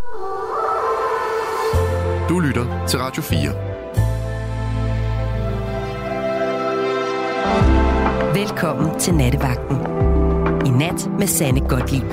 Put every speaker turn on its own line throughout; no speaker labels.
Du lytter til Radio 4.
Velkommen til Nattevagten. I nat med Sanne Gottlieb.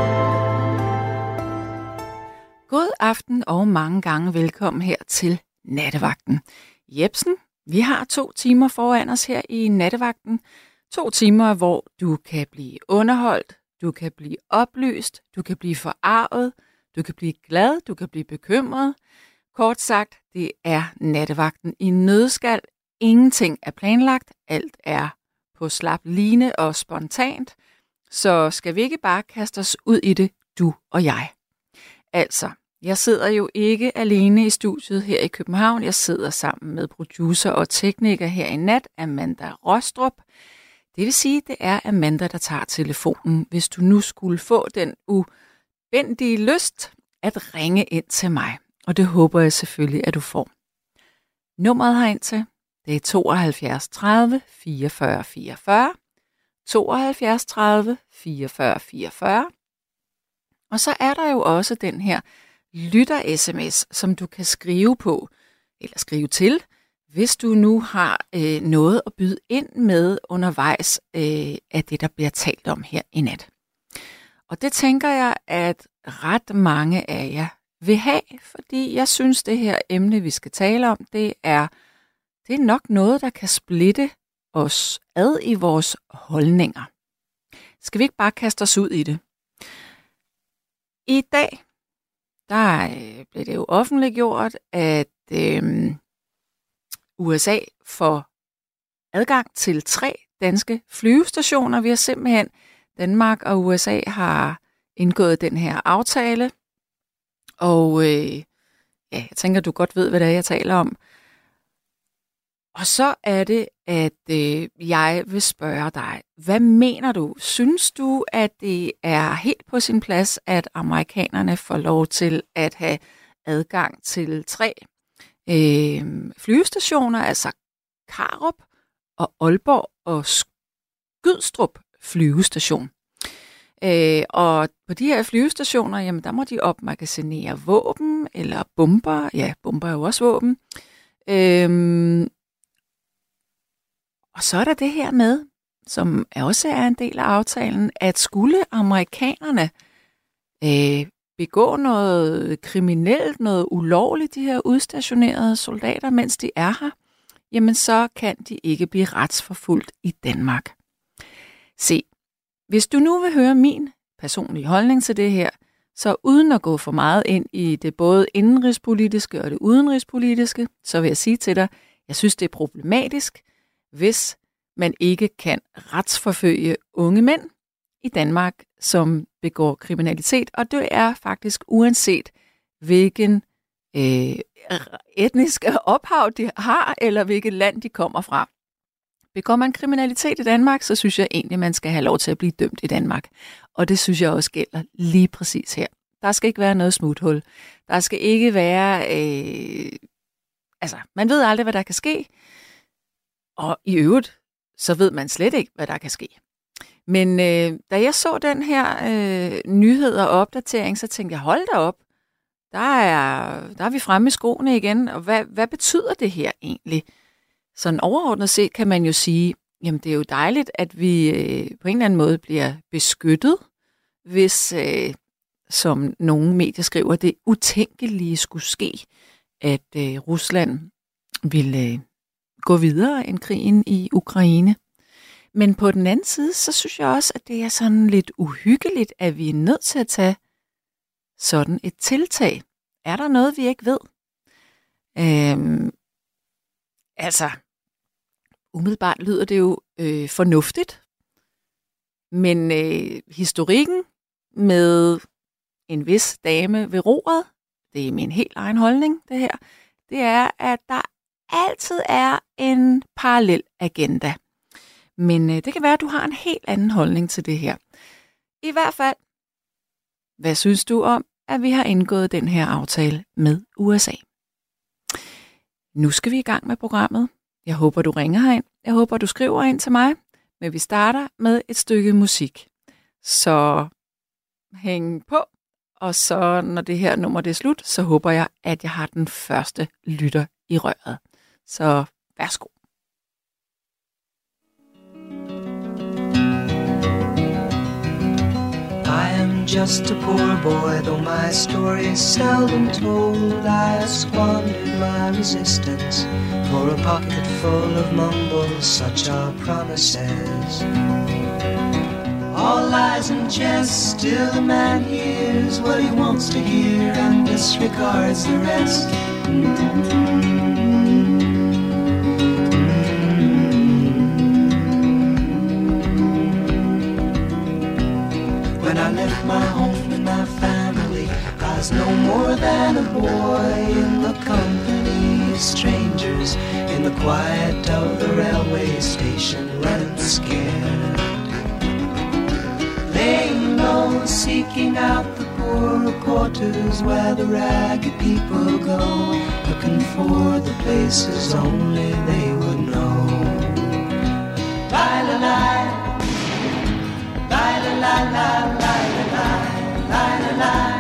God aften og mange gange velkommen her til Nattevagten. Jepsen, vi har 2 timer foran os her i Nattevagten. 2 timer, hvor du kan blive underholdt, du kan blive oplyst, du kan blive forarvet, du kan blive glad, du kan blive bekymret. Kort sagt, det er Nattevagten i nøddeskal. Ingenting er planlagt, alt er på slap line og spontant. Så skal vi ikke bare kaste os ud i det, du og jeg. Altså, jeg sidder jo ikke alene i studiet her i København. Jeg sidder sammen med producer og tekniker her i nat, Amanda Rostrup. Det vil sige, det er Amanda, der tager telefonen, hvis du nu skulle få den ubændige lyst at ringe ind til mig. Og det håber jeg selvfølgelig, at du får. Nummeret herind til, det er 72 30 44 44. 72 30 44 44. Og så er der jo også den her lytter-sms, som du kan skrive på, eller skrive til, hvis du nu har noget at byde ind med undervejs af det, der bliver talt om her i nat. Og det tænker jeg, at ret mange af jer vil have, fordi jeg synes, det her emne, vi skal tale om, det er nok noget, der kan splitte os ad i vores holdninger. Skal vi ikke bare kaste os ud i det? I dag, der blev det jo offentliggjort, at USA får adgang til 3 danske flyvestationer. Vi har simpelthen, Danmark og USA har indgået den her aftale. Og jeg tænker, du godt ved, hvad det er, jeg taler om. Og så er det, at jeg vil spørge dig, hvad mener du? Synes du, at det er helt på sin plads, at amerikanerne får lov til at have adgang til 3 flyvestationer, altså Karup og Aalborg og Skydstrup flyvestation? Og på de her flyvestationer, jamen der må de opmagasinere våben eller bomber. Ja, bomber er jo også våben. Og så er der det her med, som også er en del af aftalen, at skulle amerikanerne begå noget kriminelt, noget ulovligt, de her udstationerede soldater, mens de er her, jamen så kan de ikke blive retsforfulgt i Danmark. Se, hvis du nu vil høre min personlige holdning til det her, så uden at gå for meget ind i det både indenrigspolitiske og det udenrigspolitiske, så vil jeg sige til dig, jeg synes det er problematisk, hvis man ikke kan retsforfølge unge mænd i Danmark, som begår kriminalitet, og det er faktisk uanset hvilken etnisk ophav de har, eller hvilket land de kommer fra. Begår man kriminalitet i Danmark, så synes jeg egentlig, man skal have lov til at blive dømt i Danmark. Og det synes jeg også gælder lige præcis her. Der skal ikke være noget smuthul. Der skal ikke være... man ved aldrig, hvad der kan ske. Og i øvrigt, så ved man slet ikke, hvad der kan ske. Men da jeg så den her nyhed og opdatering, så tænkte jeg, hold da op. Der er vi fremme i skoene igen. Og hvad betyder det her egentlig? Sådan overordnet set kan man jo sige, jamen det er jo dejligt, at vi på en eller anden måde bliver beskyttet, hvis, som nogle medier skriver, det utænkelige skulle ske, at Rusland ville gå videre end krigen i Ukraine. Men på den anden side, så synes jeg også, at det er sådan lidt uhyggeligt, at vi er nødt til at tage sådan et tiltag. Er der noget, vi ikke ved? Umiddelbart lyder det jo fornuftigt, men historikken med en vis dame ved roret, det er min helt egen holdning, det her, det er, at der altid er en parallel agenda. Men det kan være, at du har en helt anden holdning til det her. I hvert fald, hvad synes du om, at vi har indgået den her aftale med USA? Nu skal vi i gang med programmet. Jeg håber, du ringer herind. Jeg håber, du skriver ind til mig. Men vi starter med et stykke musik. Så hæng på Og så, når det her nummer det er slut, så håber jeg, at jeg har den første lytter i røret. Så værsgo.
I am just a poor boy, though my story is seldom told. I have squandered my resistance for a pocket full of mumbles, such are promises. All lies and jest, still the man hears what he wants to hear and disregards the rest. When I left my home and my family, I was no more than a boy in the company of strangers, in the quiet of the railway station, running scared. Laying low, seeking out the poorer quarters where the ragged people go, looking for the places only they would know. Lie-la-lie, lie-la-lie-lie, lie-la-lie, lie-la-lie,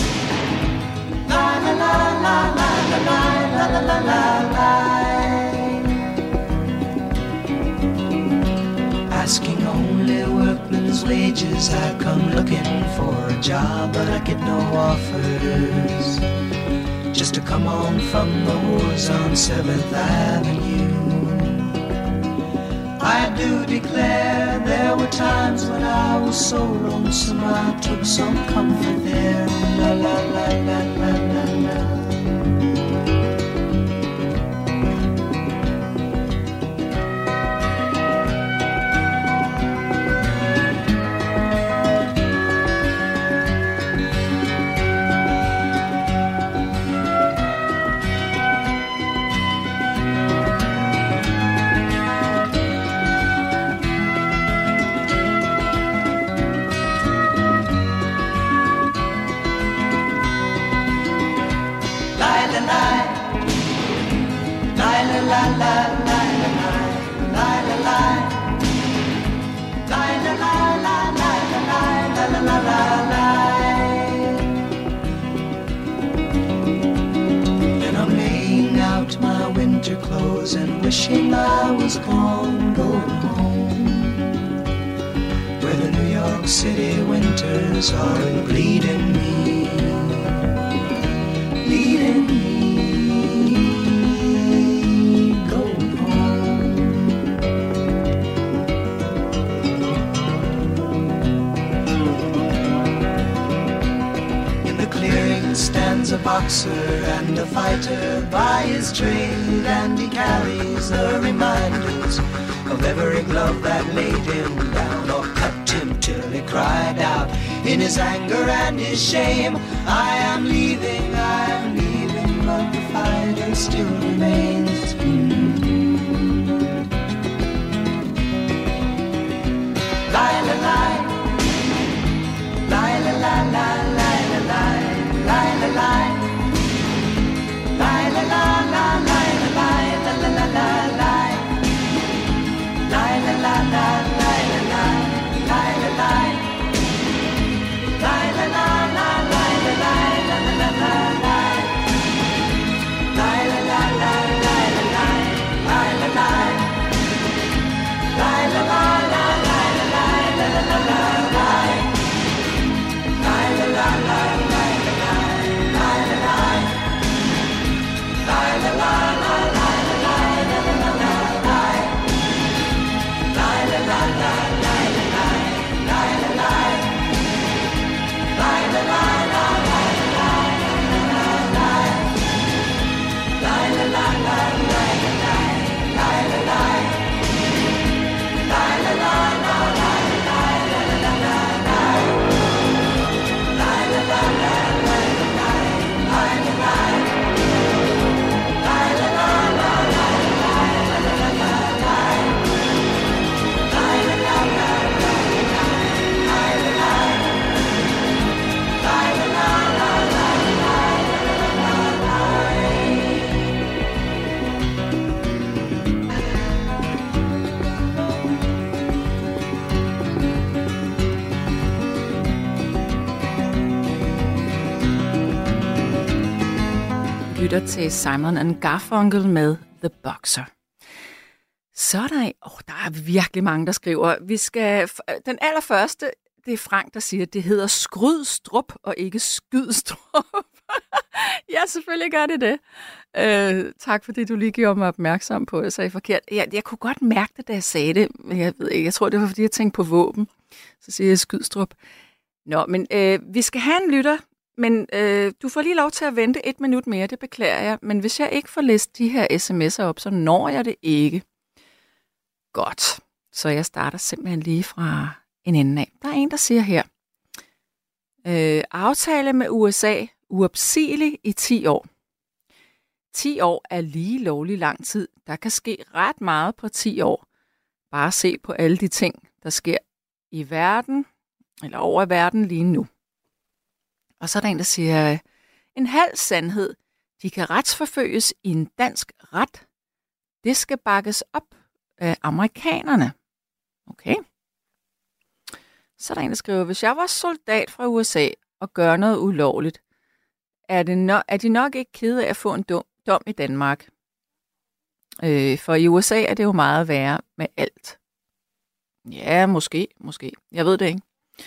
lie-la-lie, lie-la-lie. Asking only workmen's wages, I come looking for a job, but I get no offers. Just to come on from the wars on 7th Avenue. I do declare there were times when I was so lonesome I took some comfort there. La la la la la la la. Clothes and wishing I was gone, going home, where the New York City winters are bleeding me, bleeding me, going home. In the clearing stands a boxer and a fighter by his trade, and he carries the reminders of every glove that laid him down or cut him till he cried out in his anger and his shame, I am leaving, but the fighter still remains. Lie, la, lie, lie, la, la, la, lie, la, lie, lie, la, lie. La la la la la la la la la la la la la la la la la la
lytter til Simon & Garfunkel med The Boxer. Så er der er virkelig mange, der skriver. Den allerførste, det er Frank, der siger, at det hedder Skrydstrup og ikke Skydstrup. Ja, selvfølgelig gør det. Tak fordi du lige gjorde mig opmærksom på, at jeg sagde forkert. Jeg kunne godt mærke det, da jeg sagde det, men jeg ved ikke, jeg tror, det var fordi, jeg tænkte på våben. Så siger jeg Skydstrup. Nå, men vi skal have en lytter, men du får lige lov til at vente 1 minut mere, det beklager jeg. Men hvis jeg ikke får læst de her sms'er op, så når jeg det ikke. Godt, så jeg starter simpelthen lige fra en ende af. Der er en, der siger her, aftale med USA uopsigelig i 10 år. 10 år er lige lovlig lang tid. Der kan ske ret meget på 10 år. Bare se på alle de ting, der sker i verden, eller over verden lige nu. Og så er der en, der siger, en halv sandhed. De kan retsforfølges i en dansk ret. Det skal bakkes op af amerikanerne. Okay. Så er der en, der skriver, hvis jeg var soldat fra USA og gør noget ulovligt, er de nok ikke kede af at få en dom i Danmark. For i USA er det jo meget værre med alt. Ja, måske. Jeg ved det ikke.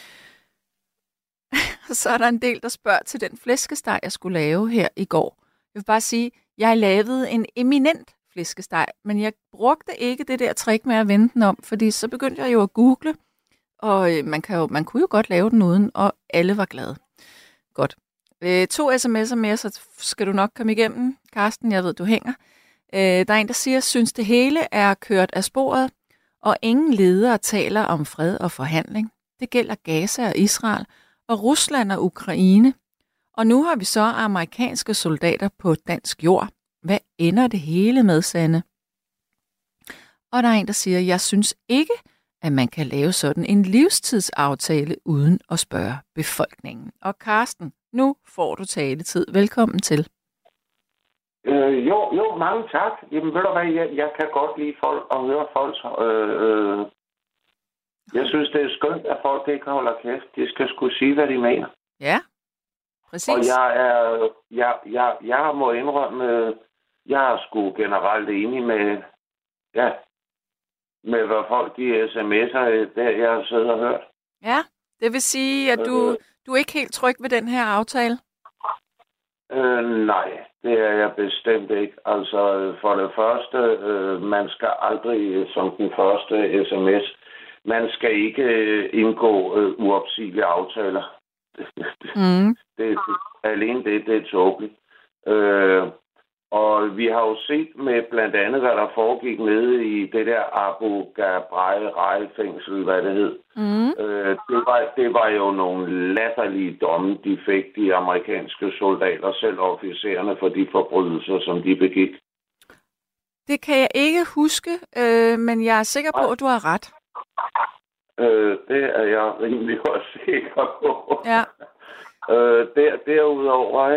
Så er der en del, der spørger til den flæskesteg, jeg skulle lave her i går. Jeg vil bare sige, jeg lavede en eminent flæskesteg, men jeg brugte ikke det der trick med at vende den om, fordi så begyndte jeg jo at google, og man kunne jo godt lave den uden, og alle var glade. Godt. 2 sms'er mere, så skal du nok komme igennem. Karsten, jeg ved, du hænger. Der er en, der siger, synes det hele er kørt af sporet, og ingen ledere taler om fred og forhandling. Det gælder Gaza og Israel, og Rusland og Ukraine. Og nu har vi så amerikanske soldater på dansk jord. Hvad ender det hele med, Sanne? Og der er en, der siger, jeg synes ikke, at man kan lave sådan en livstidsaftale uden at spørge befolkningen. Og Karsten, nu får du taletid. Velkommen til.
Jo, mange tak. Jamen ved du hvad, jeg kan godt lide folk og høre folks... jeg synes, det er skønt, at folk ikke holder kæft. De skal sgu sige, hvad de mener.
Ja, præcis.
Og jeg må indrømme, jeg er sgu generelt enig med hvad folk de sms'er, der jeg har siddet og hørt.
Ja, det vil sige, at du er ikke helt tryg ved den her aftale?
Nej, det er jeg bestemt ikke. Altså, for det første, man skal aldrig, som den første sms, man skal ikke indgå uopsigelige aftaler. Alene det er tåbeligt. Og vi har jo set med blandt andet, hvad der foregik nede i det der Abu Ghraib-fængsel, hvad det hed. Det var jo nogle latterlige domme, de fik, de amerikanske soldater, selv officererne, for de forbrydelser, som de begik.
Det kan jeg ikke huske, men jeg er sikker på, at du har ret.
Det er jeg rimelig også sikker på.
Ja.
Derudover,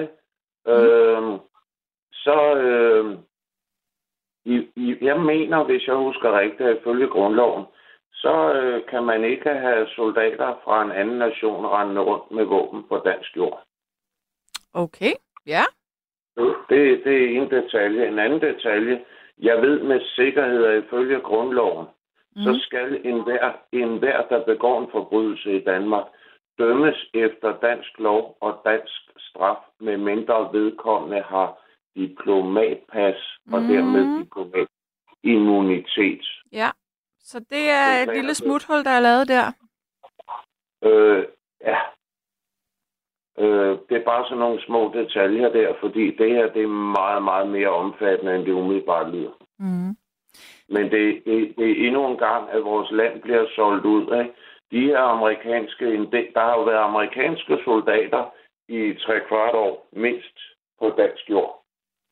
jeg mener, hvis jeg husker rigtigt, ifølge grundloven, så kan man ikke have soldater fra en anden nation rendende rundt med våben på dansk jord. Okay, ja. Det er en detalje. En anden detalje, jeg ved med sikkerhed, at ifølge grundloven, så skal enhver, der begår en forbrydelse i Danmark, dømmes efter dansk lov og dansk straf, med mindre vedkommende har diplomatpas og dermed diplomatimmunitet.
Ja, så det er et lille smuthul, der er lavet der.
Ja. Det er bare sådan nogle små detaljer der, fordi det her, det er meget, meget mere omfattende, end det umiddelbart lyder. Men det er endnu en gang, at vores land bliver solgt ud af. De her der har jo været amerikanske soldater i 3/4 år, mindst på dansk jord.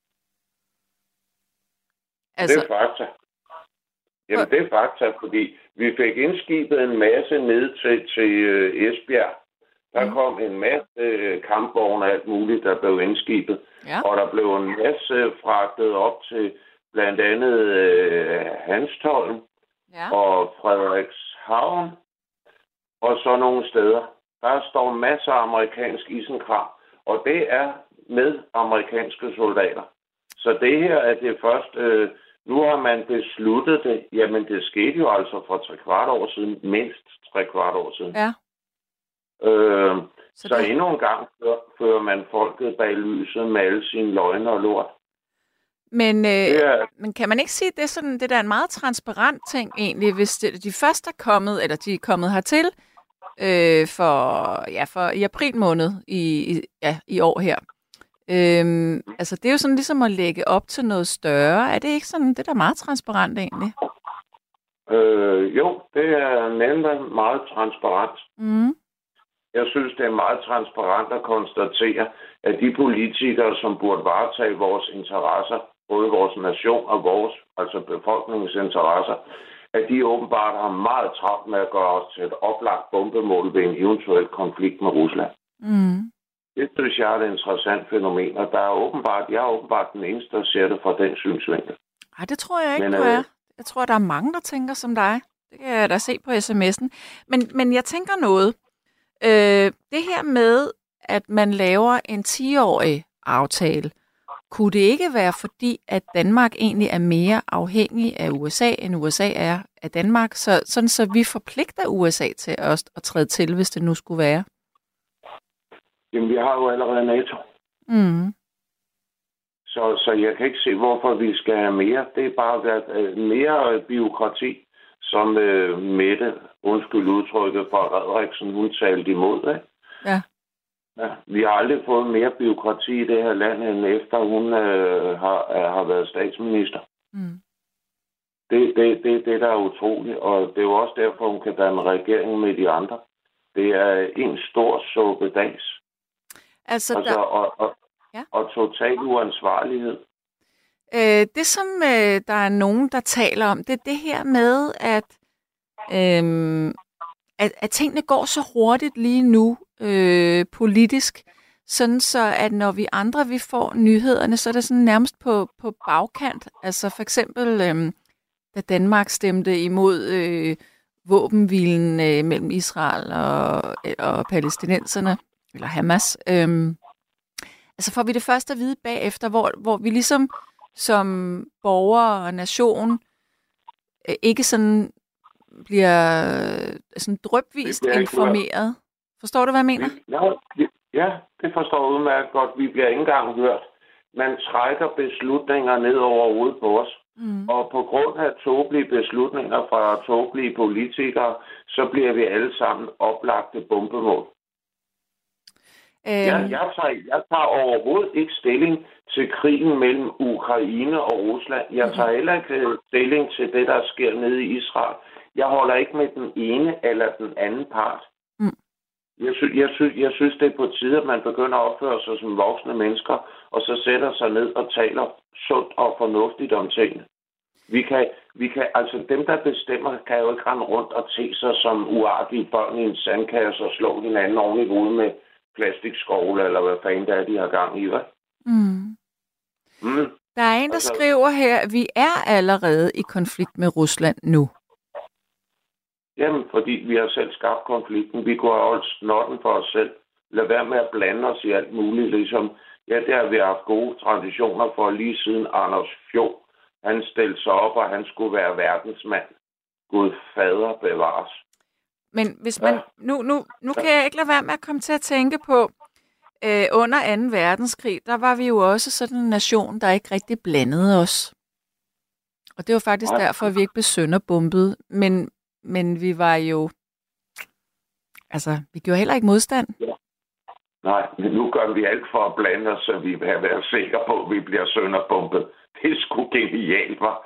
Altså... Det er fakta. Jamen, det er fakta, fordi vi fik indskibet en masse ned til Esbjerg. Der kom en masse kampvogne og alt muligt, der blev indskibet. Ja. Og der blev en masse fragtet op til blandt andet Hanstholm og Frederikshavn og så nogle steder. Der står masser af amerikansk isenkram. Og det er med amerikanske soldater. Så det her er det første. Nu har man besluttet det. Jamen, det skete jo altså for 3/4 år siden. Mindst 3/4 år siden.
Ja.
Så endnu en gang fører man folket bag lyset med alle sine løgne og lort.
Men kan man ikke sige, at det er sådan, det der er en meget transparent ting egentlig, hvis de først er kommet, eller de er kommet hertil for i april måned i år her. Altså det er jo sådan ligesom at lægge op til noget større. Er det ikke sådan, det der er meget transparent egentlig?
Jo, det er nemlig meget transparent.
Mm.
Jeg synes, det er meget transparent at konstatere, at de politikere, som burde varetage vores interesser, både vores nation og vores, altså befolkningens interesser, at de åbenbart har meget travlt med at gøre os til et oplagt bombemål ved en eventuel konflikt med Rusland.
Mm.
Det synes jeg er et interessant fænomen, og jeg er åbenbart den eneste, der ser det fra den synsvinkel.
Ej, det tror jeg ikke, du er. Jeg tror, der er mange, der tænker som dig. Det kan jeg da se på sms'en. Men jeg tænker noget. Det her med, at man laver en 10-årig aftale, kunne det ikke være fordi, at Danmark egentlig er mere afhængig af USA, end USA er af Danmark, så vi forpligter USA til at træde til, hvis det nu skulle være?
Jamen, vi har jo allerede NATO.
Mm.
Så jeg kan ikke se, hvorfor vi skal have mere. Det er bare været mere byråkrati, som Mette, undskyld udtrykket fra Frederiksen, hun talte imod. Ikke?
Ja.
Ja. Vi har aldrig fået mere byråkrati i det her land, end efter hun har været statsminister.
Mm.
Det der er utroligt, og det er jo også derfor, hun kan danne regering med de andre. Det er en stor suppedags. Og total uansvarlighed.
Det, som der er nogen, der taler om, det er det her med, at tingene går så hurtigt lige nu politisk, sådan så, at når vi andre vi får nyhederne, så er det sådan nærmest på bagkant. Altså for eksempel, da Danmark stemte imod våbenhvilen mellem Israel og palæstinenserne, eller Hamas. Altså får vi det først at vide bagefter, hvor vi ligesom som borgere og nation ikke sådan bliver sådan drypvist informeret. Forstår du, hvad jeg mener?
Ja, det forstår jeg udmærket godt. Vi bliver ikke engang hørt. Man trækker beslutninger ned over hovedet på os. Mm. Og på grund af tåbelige beslutninger fra tåbelige politikere, så bliver vi alle sammen oplagte bombemål. Jeg tager overhovedet ikke stilling til krigen mellem Ukraine og Rusland. Jeg tager heller ikke stilling til det, der sker nede i Israel. Jeg holder ikke med den ene eller den anden part.
Mm.
Jeg synes, det er på tide, at man begynder at opføre sig som voksne mennesker, og så sætter sig ned og taler sundt og fornuftigt om tingene. Vi kan, altså dem, der bestemmer, kan jo ikke rende rundt og te sig som uartige børn i en sandkasse og slå hinanden oven i hovedet med plastikskovle, eller hvad fanden det er, de har gang i, hvad?
Mm. Mm. Der er en, der skriver her, at vi er allerede i konflikt med Rusland nu.
Jamen, fordi vi har selv skabt konflikten. Vi kunne have holdt snotten for os selv. Lad være med at blande os i alt muligt. Ligesom, det har vi haft gode traditioner for lige siden Anders Fjord. Han stillede sig op, og han skulle være verdensmand. Gud fader bevares.
Men hvis man nu kan jeg ikke lade være med at komme til at tænke på, under 2. verdenskrig, der var vi jo også sådan en nation, der ikke rigtig blandede os. Og det var faktisk derfor, vi ikke blev sønderbombet. Men vi var jo... Altså, vi gjorde heller ikke modstand.
Ja. Nej, men nu gør vi alt for at blande os, så vi vil være sikre på, at vi bliver sønderbombet. Det er sgu genialt, hva'?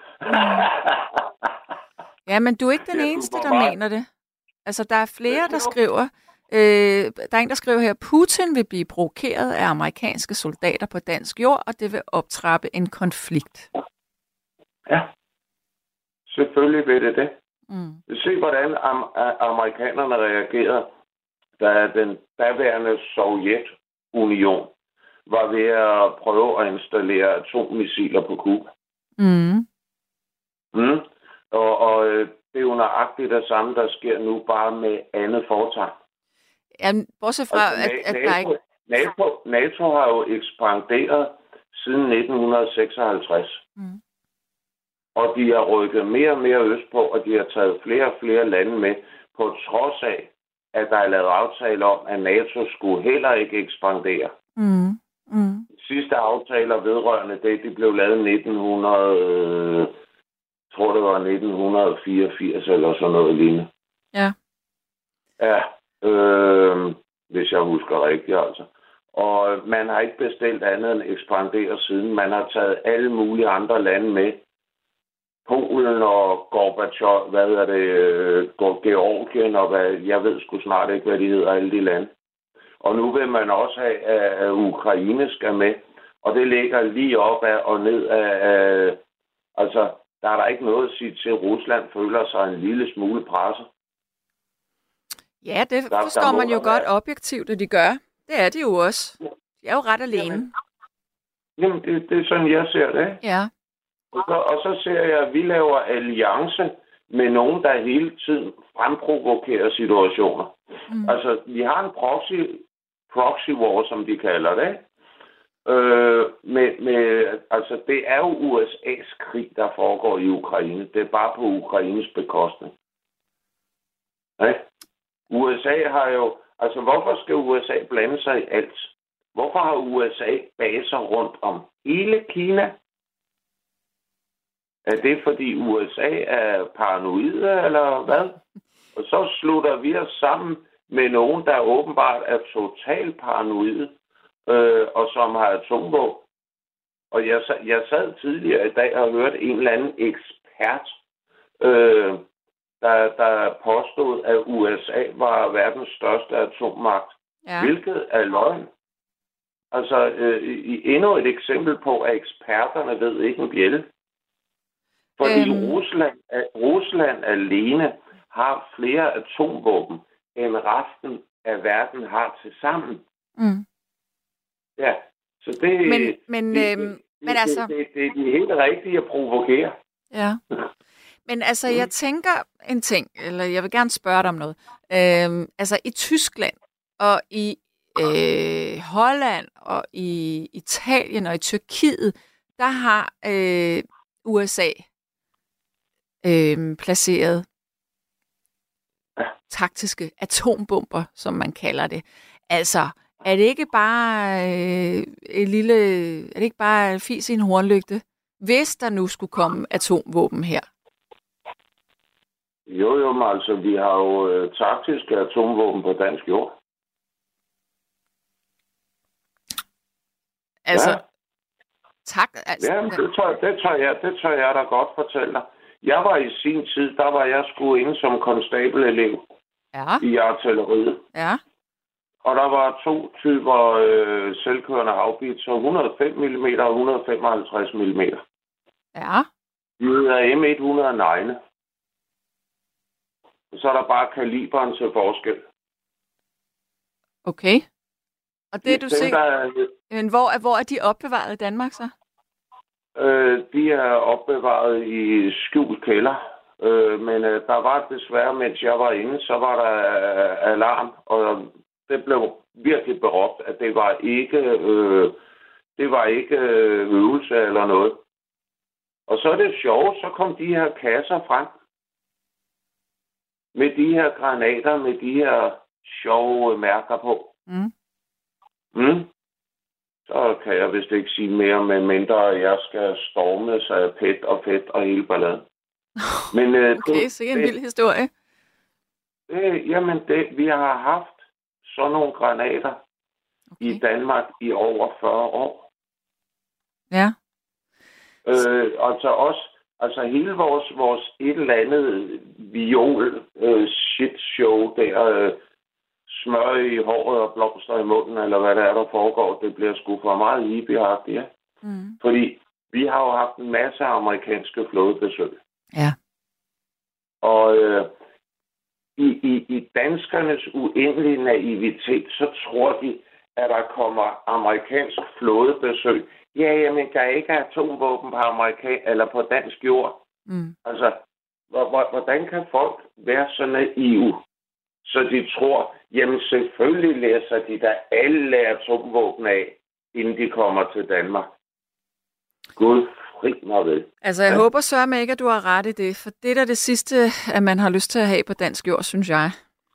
Ja, men du er ikke den eneste, der mener det. Altså, der er flere, der skriver... der er en, der skriver her, Putin vil blive provokeret af amerikanske soldater på dansk jord, og det vil optrappe en konflikt.
Ja, selvfølgelig vil det det.
Mm.
Se, hvordan amerikanerne reagerede, da den daværende Sovjetunion var ved at prøve at installere atommissiler på Cuba.
Mm.
Mm. Og det er jo nøjagtigt det samme, der sker nu, bare med andet foretegn.
Jamen, bortset fra, at der ikke...
NATO har jo ekspanderet siden 1956.
Mm.
Og de har rykket mere og mere østpå, og de har taget flere og flere lande med, på trods af, at der er lavet aftale om, at NATO skulle heller ikke ekspandere.
Mm. Mm.
Sidste aftaler vedrørende det, de blev lavet 1984 eller sådan noget lignende.
Ja.
Ja, hvis jeg husker rigtigt altså. Og man har ikke bestilt andet end ekspandere siden. Man har taget alle mulige andre lande med. Polen og Gorbachev, Georgien og jeg ved sgu snart ikke, hvad de hedder, alle de lande. Og nu vil man også have, at Ukraine skal med. Og det ligger lige op ad og ned af altså, der er der ikke noget at sige til, Rusland føler sig en lille smule presset.
Ja, det forstår man jo godt objektivt, at de gør. Det er de jo også. De er jo ret alene.
Jamen det er sådan, jeg ser det.
Ja.
Og så ser jeg, at vi laver alliance med nogen, der hele tiden fremprovokerer situationer. Mm. Altså, vi har en proxy war, som de kalder det. Altså, det er jo USA's krig, der foregår i Ukraine. Det er bare på Ukraines bekostning. Ja? USA har jo... Altså, hvorfor skal USA blande sig i alt? Hvorfor har USA baser rundt om hele Kina? Er det, fordi USA er paranoide, eller hvad? Og så slutter vi os sammen med nogen, der åbenbart er totalt paranoide, og som har atomvåben. Og jeg sad tidligere i dag og hørte en eller anden ekspert, der påstod, at USA var verdens største atommagt. Ja. Hvilket er løgn. Altså, endnu et eksempel på, at eksperterne ved ikke en bjælde. Fordi Rusland alene har flere atomvåben, end resten af verden har til sammen.
Mm.
Ja, så det er helt rigtigt at provokere.
Ja. Men altså, jeg tænker en ting, eller jeg vil gerne spørge dig om noget. Altså, i Tyskland og i Holland og i Italien og i Tyrkiet, der har USA placeret taktiske atombomber, som man kalder det. Altså, er det ikke bare er det ikke bare fis i en hornlygte, hvis der nu skulle komme atomvåben her?
Jo, men altså, vi har jo taktiske atomvåben på dansk jord.
Altså,
ja. Tak. Altså, ja, det tør jeg da godt fortælle dig. Jeg var i sin tid, der var jeg sgu inde som konstabelelev i artilleriet.
Ja.
Og der var 2 typer selvkørende haubitser, 105 mm og 155 mm.
Ja.
De hedder M109. Så er der bare kaliberen til forskel.
Okay. Og det du siger... Men hvor er de opbevaret i Danmark så?
De er opbevaret i skjult kælder. Men der var desværre, mens jeg var inde, så var der alarm. Og det blev virkelig beråbt, at det var ikke øvelse eller noget. Og så er det sjovt, så kom de her kasser frem. Med de her granater, med de her sjove mærker på.
Mm.
Mm. Så kan jeg vist ikke sige mere, med mindre jeg skal storme sig af pet og fedt og hele balladen. Men,
okay, så en vild historie.
Vi har haft sådan nogle granater i Danmark i over 40 år.
Ja.
Altså hele vores et eller andet viol shit show der, smør i håret og blomster i munden, eller hvad der er, der foregår, det bliver sgu for meget hippieagtigt, ja.
Mm.
Fordi vi har jo haft en masse amerikanske flådebesøg.
Ja.
Og i danskernes uendelige naivitet, så tror de, at der kommer amerikansk flådebesøg. Ja, jamen, der er ikke atomvåben på dansk jord.
Mm.
Altså, hvordan kan folk være så naive Så de tror, jamen selvfølgelig læser de da alle atomvåben af, inden de kommer til Danmark. Gud fri mig ved.
Altså, jeg håber sørme ikke, at du har ret i det, for det er da det sidste, at man har lyst til at have på dansk jord, synes jeg.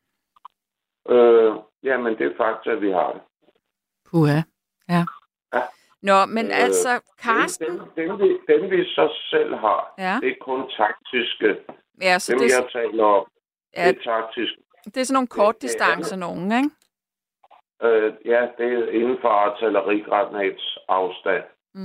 Jamen, det er fakta, at vi har det.
Puha, ja. Nå, men altså, Karsten...
Dem vi så selv har, det er kun taktiske.
Ja, så
dem,
det...
jeg taler om, det er taktiske.
Det er sådan nogle kortdistancer nogen, ikke?
Ja, det er inden for artillerigranats afstand.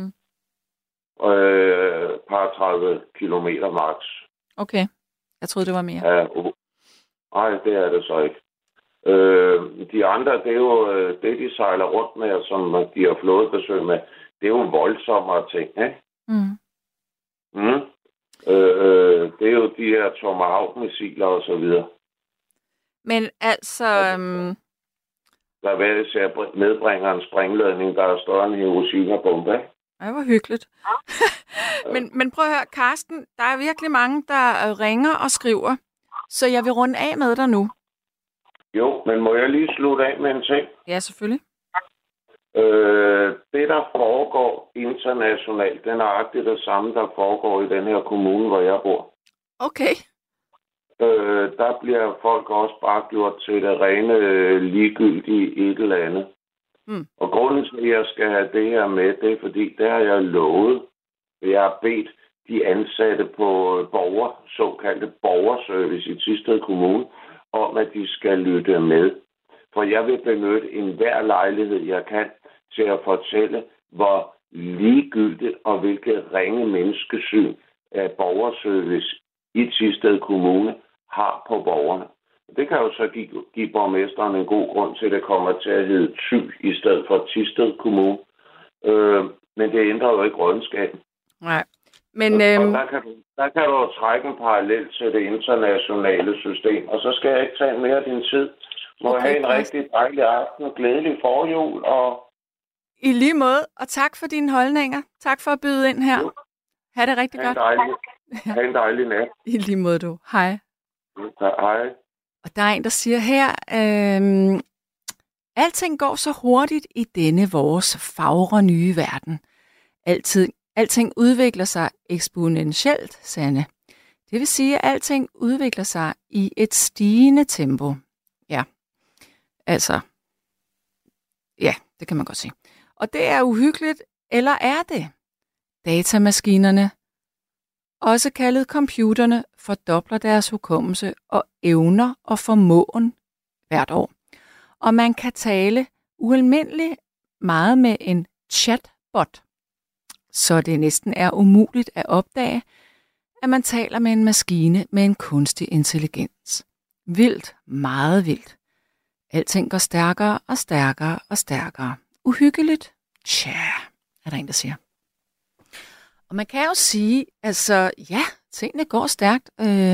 Par 30 kilometer max.
Okay, jeg troede, det var mere.
Nej, det er det så ikke. De andre, det er jo det, de sejler rundt med, og som de har flådebesøg med. Det er jo voldsommere ting, ikke? Det er jo de her Tomahawk-missiler og så videre.
Men altså...
Der er hver især medbringer en sprængladning, der er større end Hiroshima-bombe, ikke?
Ej, hvor hyggeligt. men prøv at høre, Karsten, der er virkelig mange, der ringer og skriver, så jeg vil runde af med dig nu.
Jo, men må jeg lige slutte af med en ting?
Ja, selvfølgelig.
Det, der foregår internationalt, det er nøjagtigt det samme, der foregår i den her kommune, hvor jeg bor.
Okay.
Der bliver folk også bare gjort til det rene ligegyldige et eller andet. Og grunden til, at jeg skal have det her med, det er fordi, der har jeg lovet, jeg har bedt de ansatte på såkaldte borgerservice i Thisted Kommune, om at de skal lytte med. For jeg vil benytte enhver lejlighed, jeg kan, til at fortælle, hvor ligegyldigt og hvilket ringe menneskesyn af borgerservice i Thisted Kommune har på borgerne. Det kan jo så give borgmesteren en god grund til, at det kommer til at hedde Thy i stedet for Thisted Kommune. Men det ændrer jo ikke rådenskaben.
Nej. Men,
der kan du trække en parallel til det internationale system, og så skal jeg ikke tage mere af din tid. Må have en rigtig dejlig aften, glædelig forjul. Og...
I lige måde, og tak for dine holdninger. Tak for at byde ind her. Jo. Ha' det rigtig godt.
Ha' en dejlig nat.
I lige måde, du. Hej.
Hej.
Og der er en, der siger her, alting går så hurtigt i denne vores fagre nye verden. Alting udvikler sig eksponentielt, Sanne. Det vil sige, at alting udvikler sig i et stigende tempo. Ja, altså, ja, det kan man godt sige. Og det er uhyggeligt, eller er det? Datamaskinerne, også kaldet computerne, fordobler deres hukommelse og evner og formåen hvert år. Og man kan tale ualmindeligt meget med en chatbot, så det næsten er umuligt at opdage, at man taler med en maskine med en kunstig intelligens. Vildt, meget vildt. Alting går stærkere og stærkere og stærkere. Uhyggeligt? Tja, er der en, der siger. Og man kan jo sige, altså, ja, tingene går stærkt,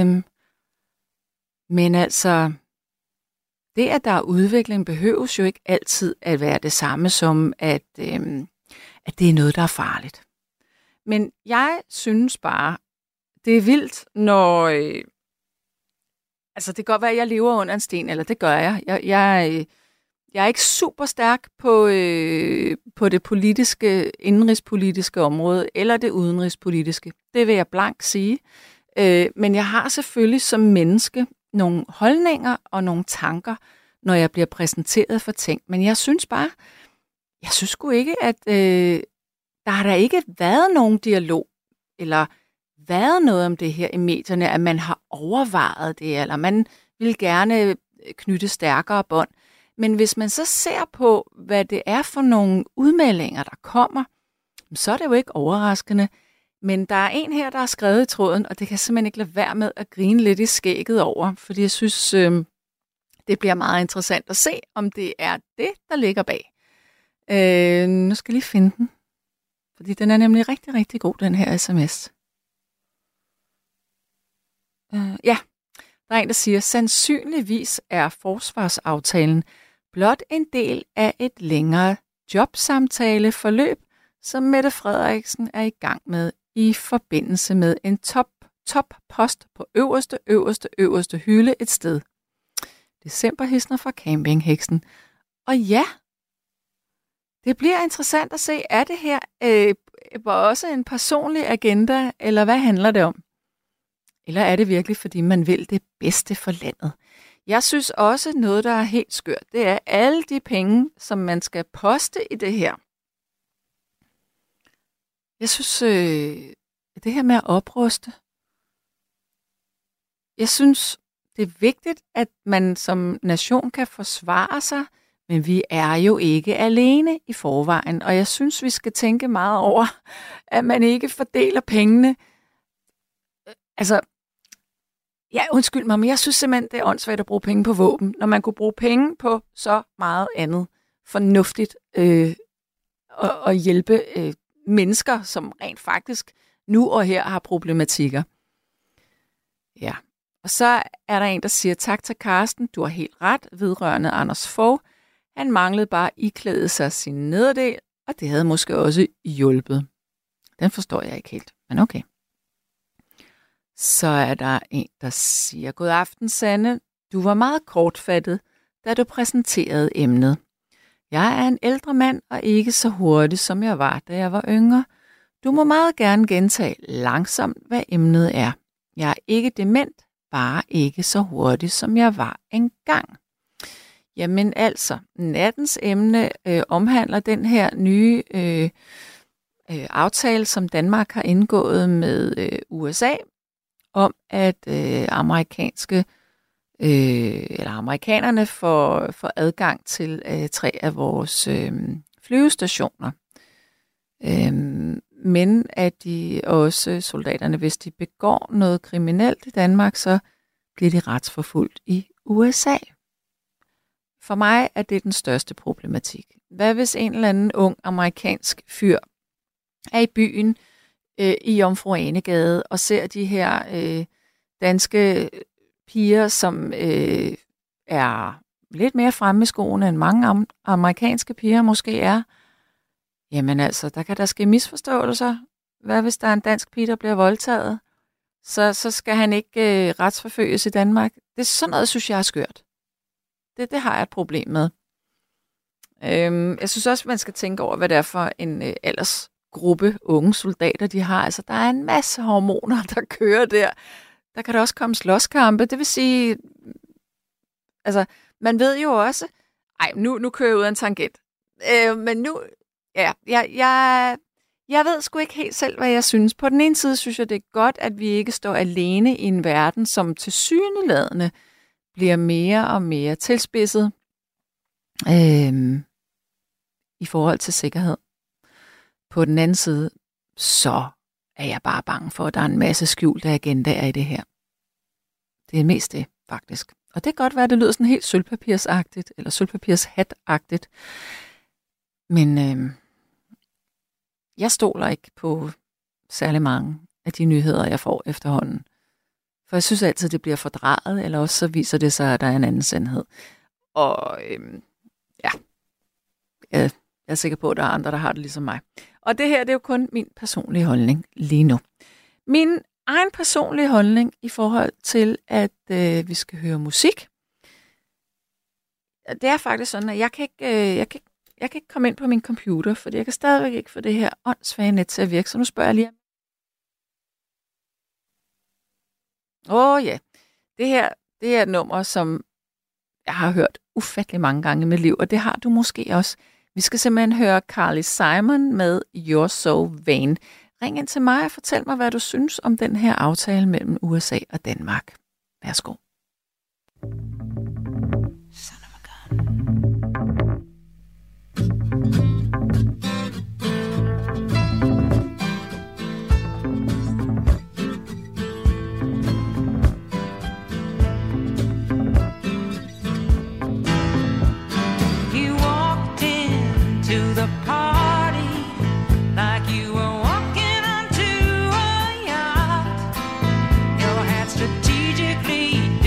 men altså, det, at der er udvikling, behøves jo ikke altid at være det samme som, at det er noget, der er farligt. Men jeg synes bare, det er vildt, når... altså, det kan godt være, at jeg lever under en sten, eller det gør jeg. Jeg er ikke super stærk på det politiske, indenrigspolitiske område, eller det udenrigspolitiske. Det vil jeg blankt sige. Men jeg har selvfølgelig som menneske nogle holdninger og nogle tanker, når jeg bliver præsenteret for ting. Men jeg synes sgu ikke, at der har der ikke været nogen dialog, eller været noget om det her i medierne, at man har overvejet det, eller man vil gerne knytte stærkere bånd. Men hvis man så ser på, hvad det er for nogle udmeldinger, der kommer, så er det jo ikke overraskende. Men der er en her, der har skrevet i tråden, og det kan simpelthen ikke lade være med at grine lidt i skægget over, fordi jeg synes, det bliver meget interessant at se, om det er det, der ligger bag. Nu skal jeg lige finde den, fordi den er nemlig rigtig, rigtig god, den her sms. Ja, der er en, der siger, sandsynligvis er forsvarsaftalen blot en del af et længere jobsamtaleforløb, som Mette Frederiksen er i gang med i forbindelse med en top post på øverste hylde et sted. decemberhilsner fra campingheksen. Og ja, det bliver interessant at se, er det her også en personlig agenda, eller hvad handler det om? Eller er det virkelig, fordi man vil det bedste for landet? Jeg synes også, noget, der er helt skørt, det er alle de penge, som man skal poste i det her. Jeg synes, det her med at opruste, jeg synes, det er vigtigt, at man som nation kan forsvare sig, men vi er jo ikke alene i forvejen, og jeg synes, vi skal tænke meget over, at man ikke fordeler pengene. Altså, ja, undskyld mig, men jeg synes simpelthen, det er åndssvagt at bruge penge på våben, når man kunne bruge penge på så meget andet fornuftigt og hjælpe mennesker, som rent faktisk nu og her har problematikker. Ja, og så er der en, der siger, tak til Karsten, du har helt ret, vedrørende Anders Fogh. Han manglede bare iklæde sig sin nederdel, og det havde måske også hjulpet. Den forstår jeg ikke helt, men okay. Så er der en, der siger, god aften, Sanne. Du var meget kortfattet, da du præsenterede emnet. Jeg er en ældre mand og ikke så hurtig, som jeg var, da jeg var yngre. Du må meget gerne gentage langsomt, hvad emnet er. Jeg er ikke dement, bare ikke så hurtig, som jeg var engang. Jamen altså, nattens emne omhandler den her nye aftale, som Danmark har indgået med USA, om at amerikanerne får adgang til 3 af vores flyvestationer. Men at de også, soldaterne, hvis de begår noget kriminelt i Danmark, så bliver de retsforfulgt i USA. For mig er det den største problematik. Hvad hvis en eller anden ung amerikansk fyr er i byen i Jomfru Anegade og ser de her danske piger, som er lidt mere fremme i skoene, end mange amerikanske piger måske er? Jamen altså, der kan der ske misforståelser. Hvad hvis der er en dansk pige, der bliver voldtaget? Så skal han ikke retsforfølges i Danmark. Det er sådan noget, synes jeg er skørt. Det har jeg et problem med. Jeg synes også, man skal tænke over, hvad det er for en aldersgruppe unge soldater, de har. Altså, der er en masse hormoner, der kører der. Der kan der også komme slåskampe. Det vil sige, altså, man ved jo også, nu kører jeg ud af en tangent. Men nu, ja, jeg ved sgu ikke helt selv, hvad jeg synes. På den ene side synes jeg, det er godt, at vi ikke står alene i en verden, som tilsyneladende bliver mere og mere tilspidset i forhold til sikkerhed. På den anden side, så er jeg bare bange for, at der er en masse skjulte agendaer i det her. Det er mest det, faktisk. Og det kan godt være, at det lyder sådan helt sølvpapirsagtigt, eller sølvpapirshatagtigt. Men jeg stoler ikke på særlig mange af de nyheder, jeg får efterhånden. For jeg synes altid, det bliver fordrejet, eller også så viser det sig, at der er en anden sandhed. Og jeg er sikker på, at der er andre, der har det ligesom mig. Og det her, det er jo kun min personlige holdning lige nu. Min egen personlige holdning i forhold til, at vi skal høre musik, det er faktisk sådan, at jeg kan ikke komme ind på min computer, fordi jeg kan stadigvæk ikke få det her åndssvage net til at virke. Så nu spørger jeg lige. Ja, det her, det er et nummer, som jeg har hørt ufattelig mange gange i mit liv, og det har du måske også. Vi skal simpelthen høre Carly Simon med You're So Vain. Ring ind til mig og fortæl mig, hvad du synes om den her aftale mellem USA og Danmark. Værsgo. Son of a gun.
Strategically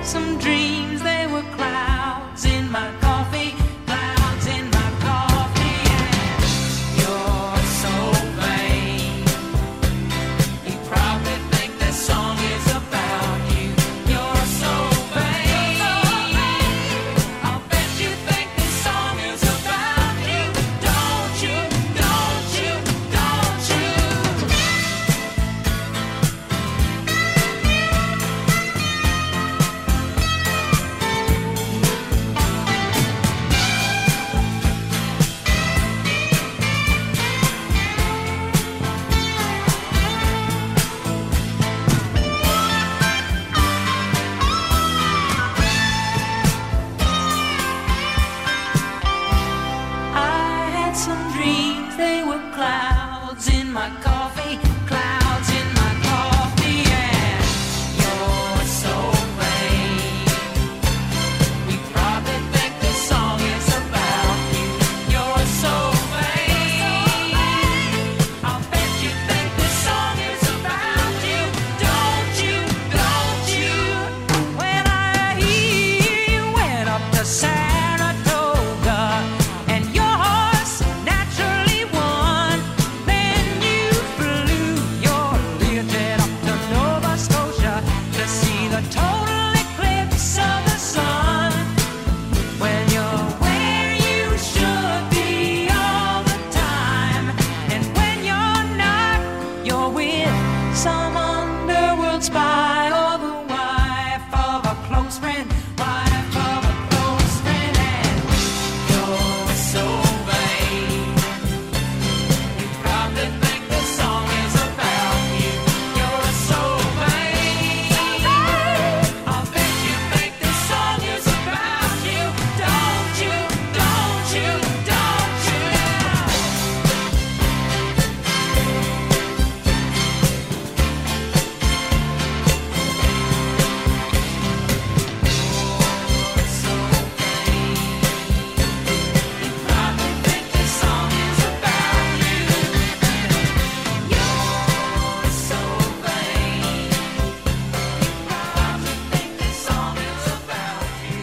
some dreams, they were clouds in my coffee, clouds in my coffee, and you're so vain. You probably think this song is about you. You're so vain. I'll bet you think this song is about you. Don't you, don't you, don't you? I had some dreams, they were clouds in my coffee, clouds in my coffee, and you're so vain. You probably think this song is about you. You're so vain. I'll bet you think this song is about you. Don't you, don't you? When I hear you went up to Saratoga and your horse naturally won, then you flew your Learjet up to Nova Scotia to see the total eclipse of the sun. When you're where you should be all the time, and when you're not, you're with some underworld spy or the wife of a close friend, wife of a close friend, and you're so vain. You probably think this song is about you. You're so vain. I'll bet you think this song is about you. Don't you, don't you, don't you? You're so vain. You probably think this song is about you. You're so vain. You probably think this song is about you.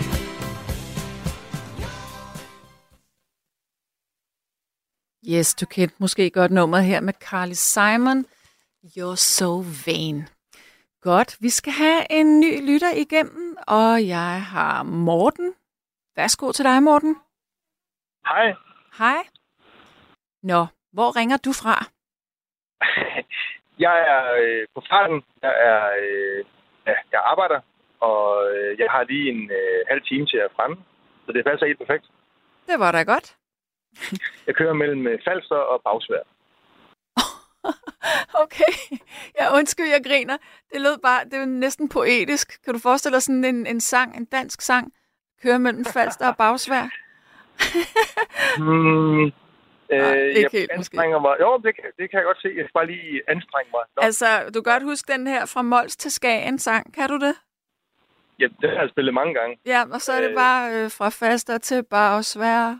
Yes, du kendte måske godt nummeret her med Carly Simon. You're so vain. Godt, vi skal have en ny lytter igennem, og jeg har Morten. Værsgo til dig, Morten.
Hej.
Hej. Nå, hvor ringer du fra?
Jeg er på farten. Jeg arbejder, og jeg har lige en halv time til at fremme, så det passer helt perfekt.
Det var da godt.
Jeg kører mellem Falster og Bagsværd.
Okay. Ja, undskyld, jeg griner. Det lød bare, det er jo næsten poetisk. Kan du forestille dig sådan en sang, en dansk sang, kører mellem Falster og Bagsværd?
Jeg anstrenger mig. Jo, det kan jeg godt se. Jeg skal bare lige anstrenge mig.
Altså, du kan godt huske den her fra Mols til Skagen sang. Kan du det?
Ja, det har jeg spillet mange gange.
Ja, og så er det bare fra Falster til Bagsværd.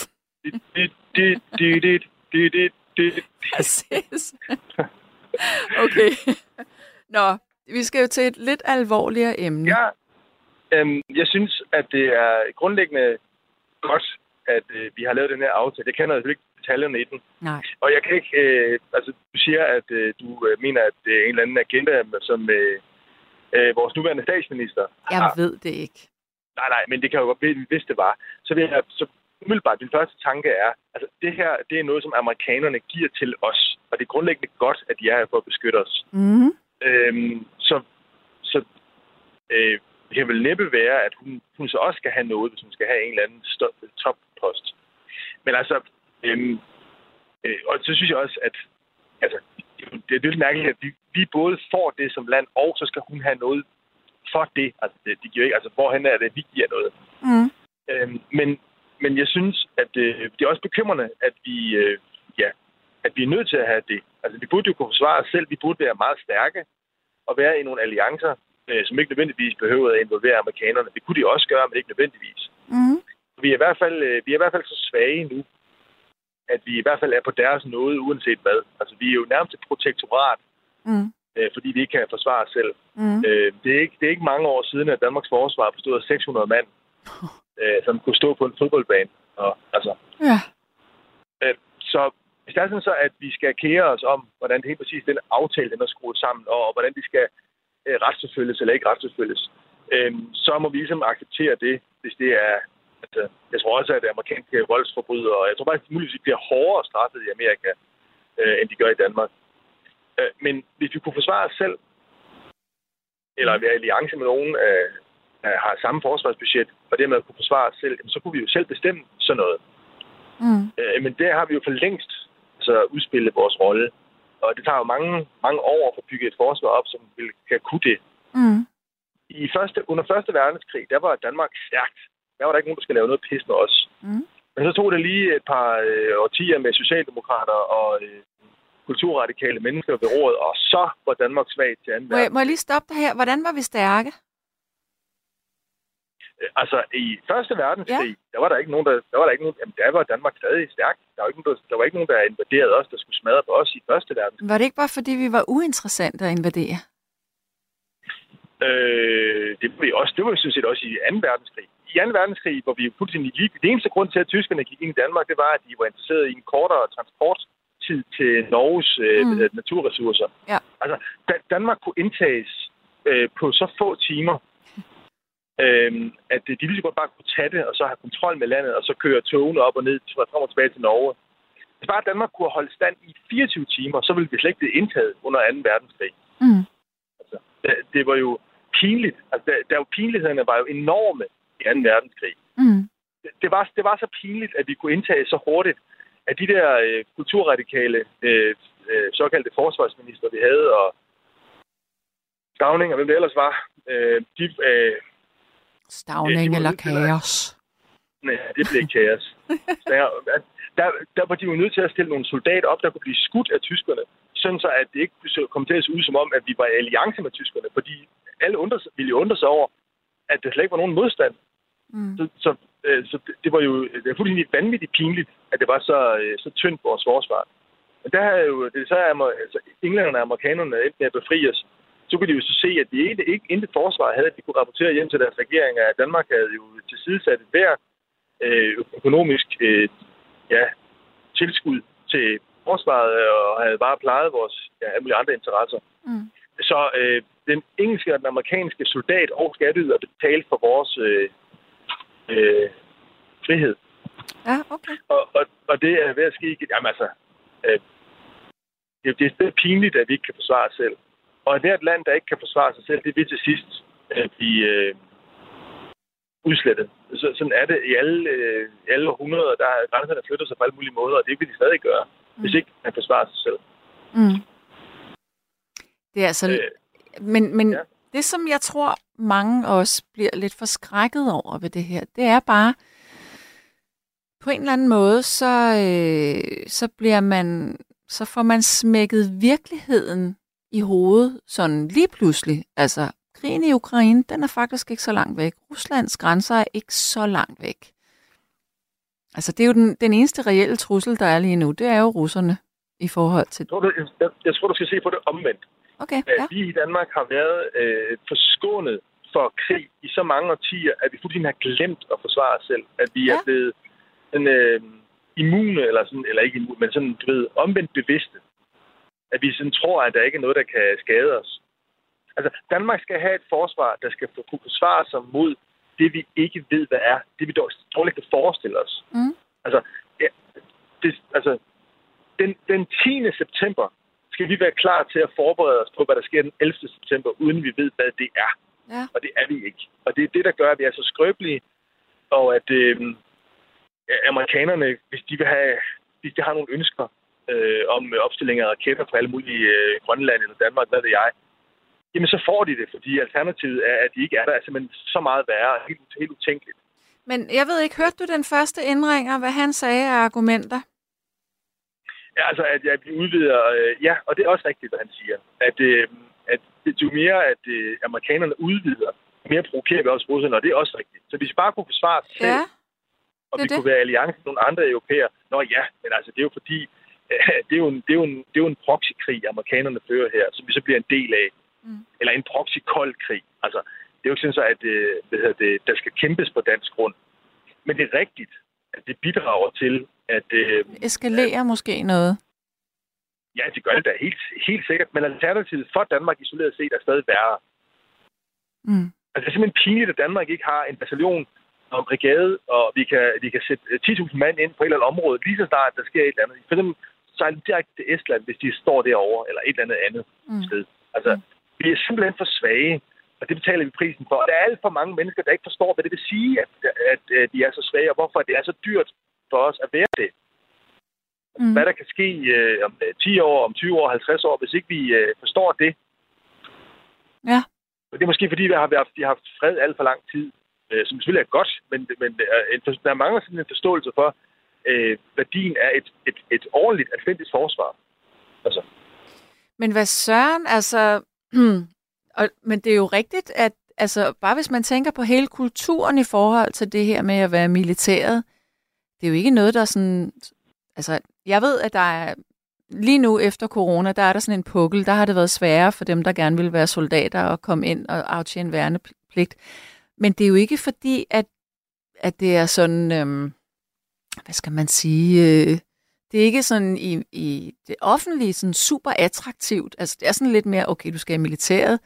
Præcis. Okay. Nå, vi skal jo til et lidt alvorligere emne.
Ja, jeg synes, at det er grundlæggende godt, at vi har lavet den her aftale. Jeg kender selvfølgelig ikke detaljerne i den.
Nej.
Og jeg kan ikke... du siger, at du mener, at det er en eller anden agenda, som vores nuværende statsminister har.
Jeg ved det ikke.
Nej, men det kan jo godt blive, hvis det var. Så umiddelbart, min første tanke er, altså det her, det er noget, som amerikanerne giver til os. Og det er grundlæggende godt, at de er her for at beskytte os.
Mm.
Det kan vel næppe være, at hun så også skal have noget, hvis hun skal have en eller anden toppost. Men altså, og så synes jeg også, at altså, det er lidt mærkeligt, at vi både får det som land, og så skal hun have noget for det. Altså, det giver ikke, altså, hvorhen er det, vi giver noget.
Mm.
Men jeg synes, at det er også bekymrende, at vi er nødt til at have det. Altså, vi burde jo kunne forsvare os selv. Vi burde være meget stærke og være i nogle alliancer, som ikke nødvendigvis behøver at involvere amerikanerne. Det kunne de også gøre, men ikke nødvendigvis.
Mm.
Vi er i hvert fald så svage nu, at vi i hvert fald er på deres nåde, uanset hvad. Altså, vi er jo nærmest et protektorat fordi vi ikke kan forsvare os selv. Det er ikke mange år siden, at Danmarks forsvar bestod af 600 mand, som kunne stå på en fodboldbane. Så hvis det er sådan så, at vi skal kære os om, hvordan det helt præcis den aftale, den er skruet sammen, og hvordan de skal retsforfølges eller ikke retsforfølges, så må vi ligesom acceptere det, hvis det er... Altså, jeg tror også, at amerikanske voldsforbrydere, og jeg tror faktisk, at de muligvis bliver hårdere straffet i Amerika, end de gør i Danmark. Men hvis vi kunne forsvare os selv, eller være i alliance med nogen, der har samme forsvarsbudget, og dermed kunne forsvare os selv, så kunne vi jo selv bestemme sådan noget. Men der har vi jo for længst udspillet vores rolle. Og det tager jo mange år at få bygget et forsvar op, som kan kunne det. Under Første Verdenskrig, der var Danmark stærkt. Der var der ikke nogen, der skal lave noget pis med os. Men så tog det lige et par årtier med socialdemokrater og kulturradikale mennesker ved roret, og så var Danmark svagt til anden verden.
Må jeg lige stoppe dig her? Hvordan var vi stærke?
Altså, i Første Verdenskrig, der var der ikke nogen, jamen, der var Danmark stadig stærkt. Der var ikke nogen, der invaderede os, der skulle smadre på os i Første Verdenskrig.
Var det ikke bare, fordi vi var uinteressante at invadere?
Det var jo sådan set også i 2. verdenskrig. I 2. verdenskrig, hvor vi fuldstændig gik. Det eneste grund til, at tyskerne gik ind i Danmark, det var, at de var interesserede i en kortere transporttid til Norges naturressourcer. Ja. Altså, Danmark kunne indtages på så få timer, at de lige så godt bare kunne tage det, og så have kontrol med landet, og så køre togene op og ned, frem og tilbage til Norge. Hvis bare Danmark kunne holde stand i 24 timer, så ville vi slet ikke blive indtaget under 2. verdenskrig. Altså, det var jo pinligt. Altså, pinlighederne var jo enorme i 2. verdenskrig. Det var så pinligt, at vi kunne indtage så hurtigt, at de der kulturradikale såkaldte forsvarsminister, vi havde, og Stauning, og hvem det ellers var,
Stauning eller kaos?
Nej, det blev ikke kaos. Der var de jo nødt til at stille nogle soldater op, der kunne blive skudt af tyskerne, sådan så at det ikke kom til at se ud som om, at vi var i alliance med tyskerne, fordi alle ville jo undre sig over, at der slet ikke var nogen modstand. Så det var jo fuldstændig vanvittigt pinligt, at det var så tyndt vores forsvar. Men der er jo, englænderne og amerikanerne endte med at befri os. Så kunne de jo så se, at vi ikke intet forsvar havde, at de kunne rapportere hjem til deres regering, at Danmark havde jo tilsidesat hver økonomisk tilskud til forsvaret, og havde bare plejet vores alle mulige andre interesser. Så den engelske og den amerikanske soldat og skatteyder betalte for vores frihed.
Ja, okay.
Og det er ved at ske. Jamen altså, det er pinligt, at vi ikke kan forsvare os selv. Og hvert land, der ikke kan forsvare sig selv, det vil til sidst blive udslettet. Sådan er det i alle århundreder, der er grænserne flytter sig på alle mulige måder, og det vil de stadig gøre, hvis ikke man forsvarer sig selv.
Det er altså... Men det, som jeg tror, mange også bliver lidt forskrækket over ved det her, det er bare, på en eller anden måde, så får man smækket virkeligheden i hovedet, sådan lige pludselig. Altså, krigen i Ukraine, den er faktisk ikke så langt væk. Ruslands grænser er ikke så langt væk. Altså, det er jo den eneste reelle trussel, der er lige nu. Det er jo russerne i forhold til...
Jeg tror, du skal se på det omvendt.
Okay, ja.
Vi i Danmark har været forskånet for krig i så mange årtier, at vi fuldstændig har glemt at forsvare os selv. At vi er blevet immune, eller ikke immune, men sådan, du ved, omvendt bevidste. At vi sådan tror, at der ikke er noget, der kan skade os. Altså, Danmark skal have et forsvar, der skal kunne forsvare sig mod det, vi ikke ved, hvad er. Det, vi dog ikke kan forestille os. Den 10. september skal vi være klar til at forberede os på, hvad der sker den 11. september, uden vi ved, hvad det er. Ja. Og det er vi ikke. Og det er det, der gør, at vi er så skrøbelige, og at amerikanerne, hvis de har nogle ønsker om opstilling af raketter på alle mulige Grønland eller Danmark, hvad ved jeg, jamen så får de det, fordi alternativet er, at de ikke er der, er simpelthen så meget værre, helt utænkeligt.
Men jeg ved ikke, hørte du den første indringer, hvad han sagde af argumenter?
Ja, altså, at vi udvider... ja, og det er også rigtigt, hvad han siger. At jo mere, at amerikanerne udvider, mere provokerer vi også russerne, og det er også rigtigt. Så hvis vi bare kunne forsvare os selv, og vi kunne være alliance med nogle andre europæer, men altså, det er jo fordi, det er jo en proxykrig, amerikanerne fører her, som vi så bliver en del af. Eller en proxy-kold krig. Altså, det er jo ikke sådan så, at der skal kæmpes på dansk grund. Men det er rigtigt, at det bidrager til, at...
eskalerer måske noget.
Ja, det gør det da helt sikkert. Men alternativet for Danmark isoleret set er stadig værre. Altså, det er simpelthen pinligt, at Danmark ikke har en bataljon og en brigade, og vi kan sætte 10.000 mand ind på et eller andet område, lige så snart der sker et eller andet. For eksempel sejle direkte til Estland, hvis de står derovre, eller et eller andet sted. Altså, vi er simpelthen for svage, og det betaler vi prisen for. Der er alt for mange mennesker, der ikke forstår, hvad det vil sige, at de er så svage, og hvorfor det er så dyrt for os at være det. Hvad der kan ske om 10 år, om 20 år, 50 år, hvis ikke vi forstår det.
Ja.
Og det er måske fordi, vi har haft fred alt for lang tid, som selvfølgelig er godt, men der mangler sådan en forståelse for, værdien af et ordentligt, anstændigt forsvar. Altså.
Men hvad søren, altså... men det er jo rigtigt, at altså, bare hvis man tænker på hele kulturen i forhold til det her med at være militæret, det er jo ikke noget, der sådan... Altså, jeg ved, at der er... Lige nu efter corona, der er der sådan en pukkel. Der har det været sværere for dem, der gerne vil være soldater og komme ind og aftjene værnepligt. Men det er jo ikke fordi, at det er sådan... hvad skal man sige... det er ikke sådan i det offentlige sådan super attraktivt. Altså, det er sådan lidt mere, okay, du skal i militæret.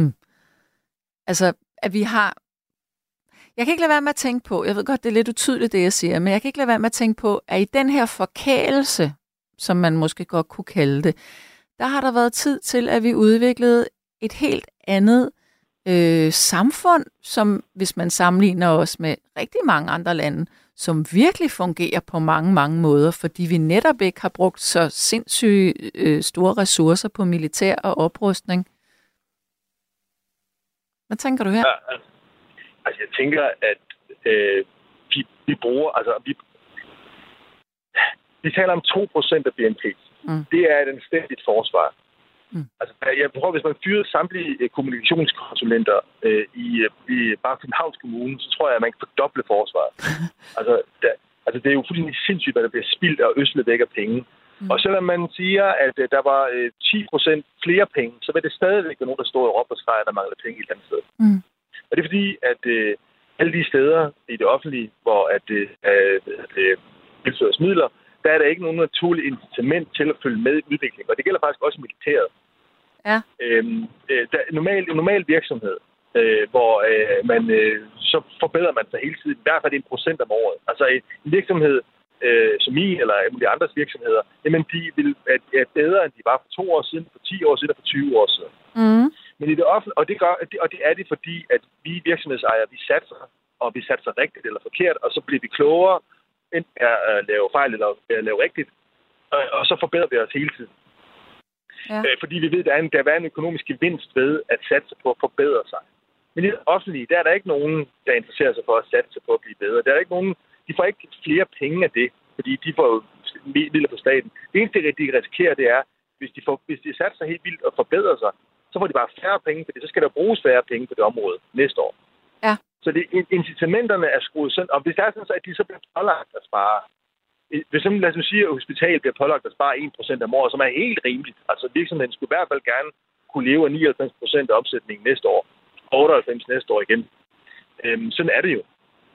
Altså, at vi har... Jeg kan ikke lade være med at tænke på, jeg ved godt, det er lidt utydeligt, det jeg siger, men jeg kan ikke lade være med at tænke på, at i den her forkælelse, som man måske godt kunne kalde det, der har der været tid til, at vi udviklede et helt andet samfund, som hvis man sammenligner os med rigtig mange andre lande, som virkelig fungerer på mange, mange måder, fordi vi netop ikke har brugt så sindssygt store ressourcer på militær og oprustning. Hvad tænker du her?
Ja, altså jeg tænker, at vi bruger, altså vi taler om 2% af BNP. Det er et anstændigt forsvar. Altså, jeg tror, hvis man fyrede samtlige kommunikationskonsulenter i bare Københavns Kommune, så tror jeg, at man kan fordoble forsvaret. altså, det er jo fuldstændig sindssygt, hvad der bliver spildt og øslet væk af penge. Og selvom man siger, at der var 10% flere penge, så vil det stadigvæk være nogen, der står og råber og skræder, der mangler penge et eller andet sted. Og det er fordi, at alle de steder i det offentlige, hvor det tilføres midler, der er der ikke nogen naturlig incitament til at følge med i udviklingen. Og det gælder faktisk også militæret. Ja. En normal virksomhed, hvor så forbedrer man sig hele tiden, i hvert fald 1% om året. Altså en virksomhed som min eller de andres virksomheder, jamen de er bedre, end de var for 2 år siden, for 10 år siden og for 20 år siden. Men i det offentlige, og det er det fordi, at vi virksomhedsejere, vi satser rigtigt eller forkert, og så bliver vi klogere, enten at lave fejl eller at lave rigtigt, og så forbedrer vi os hele tiden. Ja. Fordi vi ved, at der er en økonomisk gevinst ved at satse på at forbedre sig. Men i det offentlige, der er der ikke nogen, der interesserer sig for at satse på at blive bedre. Der er ikke nogen, de får ikke flere penge af det, fordi de får midler på staten. Det eneste, de risikerer, det er, hvis de satser helt vildt og forbedrer sig, så får de bare færre penge, fordi så skal der bruges færre penge på det område næste år. Ja. Så incitamenterne er skruet sådan, og hvis det er sådan, at de så bliver pålagt at spare, hvis lad os sige, at hospitalet bliver pålagt at spare 1% om året, som er helt rimeligt, altså virksomheden skulle i hvert fald gerne kunne leve af 99% af omsætningen næste år, 98% næste år igen. Sådan er det jo.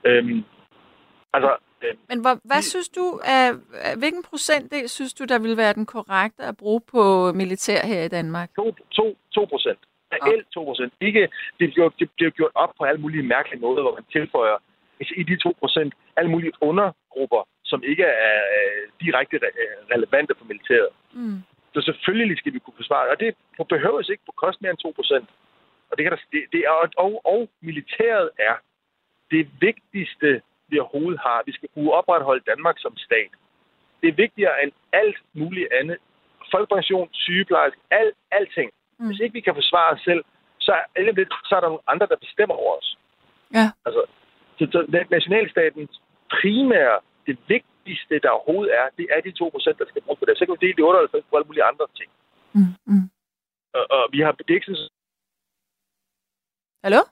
Men hvad synes du, hvilken procentdel synes du, der vil være den korrekte at bruge på militær her i Danmark?
2%. Reelt 2%. Ikke, det bliver gjort op på alle mulige mærkelige måder, hvor man tilføjer i de 2% alle mulige undergrupper, som ikke er direkte relevante for militæret. Så selvfølgelig skal vi kunne forsvare, og det behøves ikke på koste mere end 2%. Og det er militæret er det vigtigste, vi overhovedet har. Vi skal kunne opretholde Danmark som stat. Det er vigtigere end alt muligt andet. Folkepension, sygeplejerske, alting. Hvis ikke vi kan forsvare os selv, så er der nogle andre, der bestemmer over os. Ja. Altså, så nationalstatens primære, det vigtigste, der overhovedet er, det er de 2%, der skal bruge på det. Så kan vi dele de 98% på alle mulige andre ting. Og vi har det ikke sådan...
Hallo?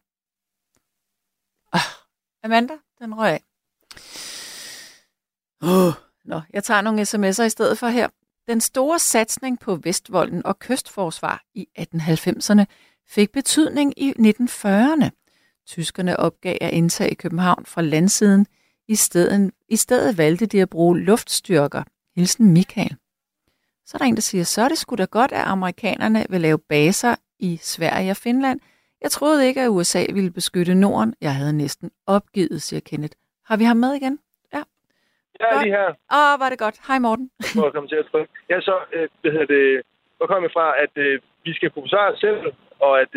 Amanda, den røg af. Nå, jeg tager nogle sms'er i stedet for her. Den store satsning på Vestvolden og kystforsvar i 1890'erne fik betydning i 1940'erne. Tyskerne opgav at indtage København fra landsiden. I stedet valgte de at bruge luftstyrker. Hilsen Michael. Så er der en, der siger, så er det sgu da godt, at amerikanerne vil lave baser i Sverige og Finland. Jeg troede ikke, at USA ville beskytte Norden. Jeg havde næsten opgivet, siger Kenneth. Har vi ham med igen? Ja.
Jeg er lige her.
Var det godt. Hej Morten.
Hvor jeg kommer til at trykke. Ja, så hvor kommer jeg fra, at vi skal fokusere os selv, og at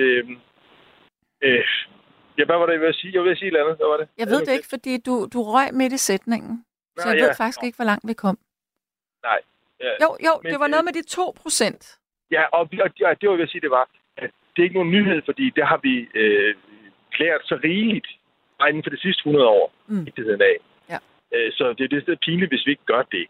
hvad var det, jeg ville sige? Jeg ville sige et eller andet. Hvad var det?
Jeg ved det ikke, fordi du røg midt i sætningen. Så jeg ved faktisk ikke, hvor langt vi kom.
Nej. Ja,
jo, det var noget med de 2%.
Ja, og det var, jeg vil sige, det var, at det er ikke nogen nyhed, fordi det har vi klært så rigeligt inden for de sidste 100 år i tiden af. Ja. Så det er pinligt, hvis vi ikke gør det.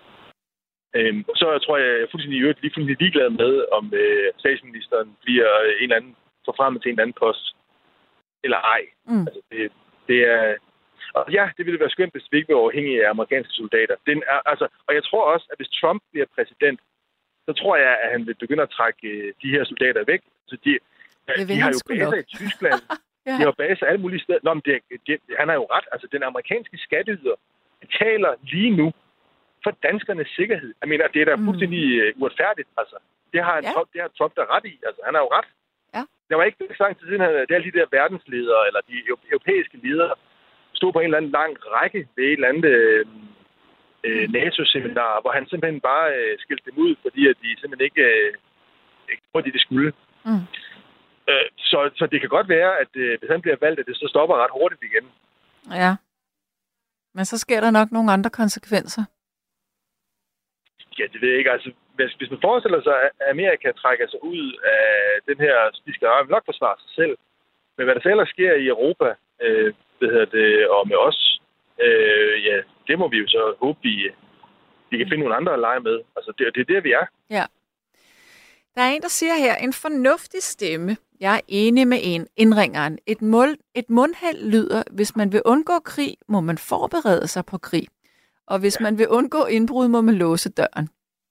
Så tror jeg er fuldstændig ligeglad med, om statsministeren bliver en eller anden forfremmet til en anden post, eller ej. Altså, det er... Og ja, det ville være skønt, hvis vi ikke var afhængige af amerikanske soldater. Og jeg tror også, at hvis Trump bliver præsident, så tror jeg, at han vil begynde at trække de her soldater væk. Så de har jo baser i Tyskland. Ja. De har baser alle mulige steder. Nå, men han har jo ret. Altså, den amerikanske skatteyder betaler lige nu for danskernes sikkerhed. Jeg mener, det er da fuldstændig uretfærdigt. Altså, det har Trump der ret i. Altså, han har jo ret. Ja. Der var ikke så lang tid siden, det er alle de der verdensledere, eller de europæiske ledere, stod på en eller anden lang række ved et eller andet NATO-seminar, hvor han simpelthen bare skilte dem ud, fordi at de simpelthen ikke gjorde det, de skulle. Så det kan godt være, at hvis han bliver valgt, at det så stopper ret hurtigt igen.
Ja. Men så sker der nok nogle andre konsekvenser.
Ja, det ved jeg ikke. Altså, hvis man forestiller sig, at Amerika trækker sig ud af den her, de skal nok forsvare sig selv. Men hvad der så ellers sker i Europa, og med os, det må vi jo så håbe, vi kan finde nogle andre at lege med. Altså, det er der, vi er.
Ja. Der er en, der siger her, en fornuftig stemme. Jeg er enig med indringeren. Et mundheld lyder, hvis man vil undgå krig, må man forberede sig på krig. Og hvis man vil undgå indbrud, må man låse døren.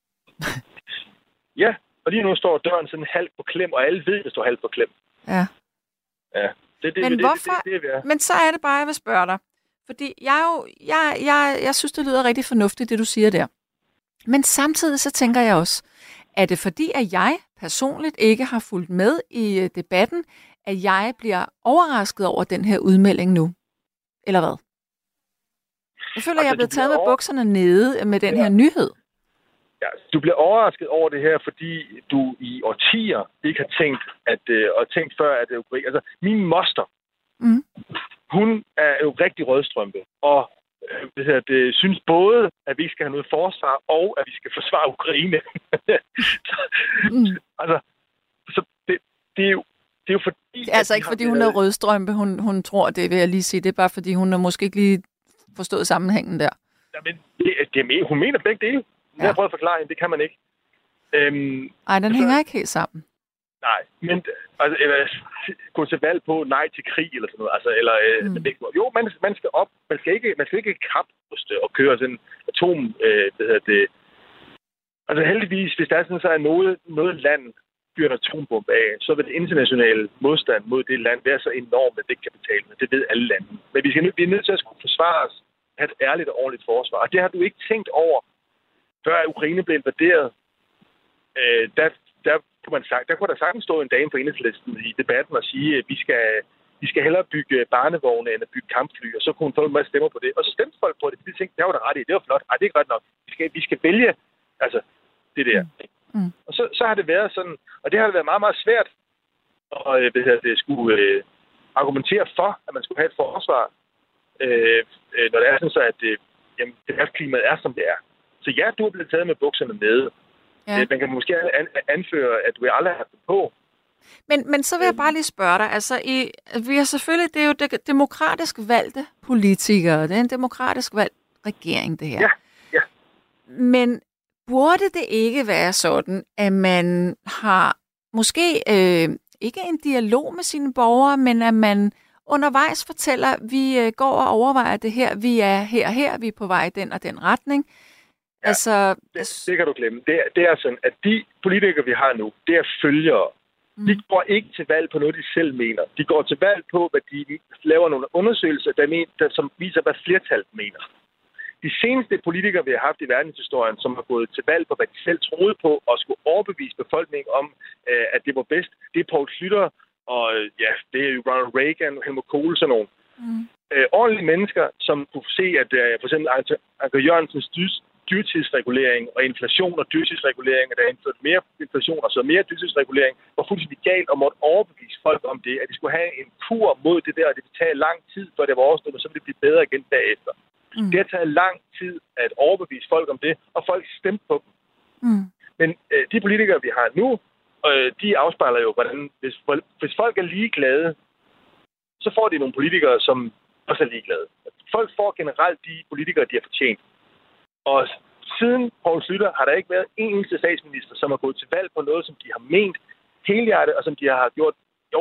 Ja, og lige nu står døren sådan halvt på klem, og alle ved, at det står halvt på klem.
Ja.
Ja.
Men hvorfor? Men så er det bare, jeg vil spørge dig. Fordi jeg synes, det lyder rigtig fornuftigt, det du siger der. Men samtidig så tænker jeg også, er det fordi, at jeg personligt ikke har fulgt med i debatten, at jeg bliver overrasket over den her udmelding nu? Eller hvad? Jeg føler, at jeg er blevet taget med bukserne nede med den her nyhed.
Ja, du bliver overrasket over det her, fordi du i årtier ikke har tænkt før, at Ukraine... Altså, min moster, hun er jo rigtig rødstrømpe, og synes både, at vi skal have noget forsvar, og at vi skal forsvare Ukraine. Så det er jo fordi...
Det er altså ikke, fordi hun er rødstrømpe, hun tror det, vil jeg lige sige. Det er bare, fordi hun har måske ikke lige forstået sammenhængen der.
Jamen, hun mener begge dele. Jeg har prøvet at forklare hende, det kan man ikke.
Den hænger ikke helt sammen.
Nej, men gå til valg på nej til krig eller sådan noget. Altså, jo, man skal op. Man skal ikke kapruste og køre sådan atom... Altså heldigvis, hvis der er sådan, så er noget land fyrer en atombombe af, så vil det internationale modstand mod det land være så enormt, at det ikke kan betale med. Det ved alle lande. Men vi er nødt til at skulle forsvare os, have et ærligt og ordentligt forsvar. Og det har du ikke tænkt over, før Ukraine blev invaderet. Der kunne der sagtens stå en dame på Enhedslisten i debatten og sige, at vi skal hellere bygge barnevogne end at bygge kampfly, og så kunne hun få en masse stemmer på det. Og så stemte folk på det. De tænkte, der var der ret i. Det var flot. Ej, det er ikke ret nok. Vi skal vælge det der. Og så har det været sådan, og det har været meget, meget svært at skulle argumentere for, at man skulle have et forsvar, når det er sådan så, at debatklimaet er, som det er. Så ja, du er blevet taget med bukserne nede. Ja. Man kan måske anføre, at du aldrig har haft det på.
Men så vil jeg bare lige spørge dig. Altså, vi har selvfølgelig, det er jo demokratisk valgte politikere. Det er en demokratisk valgt regering, det her.
Ja.
Men burde det ikke være sådan, at man har måske ikke en dialog med sine borgere, men at man undervejs fortæller, vi går og overvejer det her, vi er her, vi er på vej i den og den retning.
Ja, altså, det kan du glemme. Det er sådan, at de politikere, vi har nu, det er følgere. De går ikke til valg på noget, de selv mener. De går til valg på, hvad de laver nogle undersøgelser, som viser, hvad flertal mener. De seneste politikere, vi har haft i verdenshistorien, som har gået til valg på, hvad de selv troede på, og skulle overbevise befolkningen om, at det var bedst, det er Poul Schlüter, og det er jo Ronald Reagan, Helmut Kohl, sådan nogle. Ordentlige mennesker, som kunne se, at for eksempel Anker Jørgensens dyrtidsregulering og inflation og dyrtidsregulering, at der er indført mere inflation og så mere dyrtidsregulering, var fuldstændig galt og måtte overbevise folk om det, at de skulle have en kur mod det der, og det ville tage lang tid, før det var overstået, og så ville det blive bedre igen bagefter. Det har taget lang tid at overbevise folk om det, og folk stemte på dem. Men de politikere, vi har nu, de afspejler jo, hvordan hvis folk er ligeglade, så får de nogle politikere, som også er ligeglade. Folk får generelt de politikere, de har fortjent. Og siden Poul Schlüter har der ikke været en eneste statsminister, som har gået til valg på noget, som de har ment helhjertet, og som de har gjort.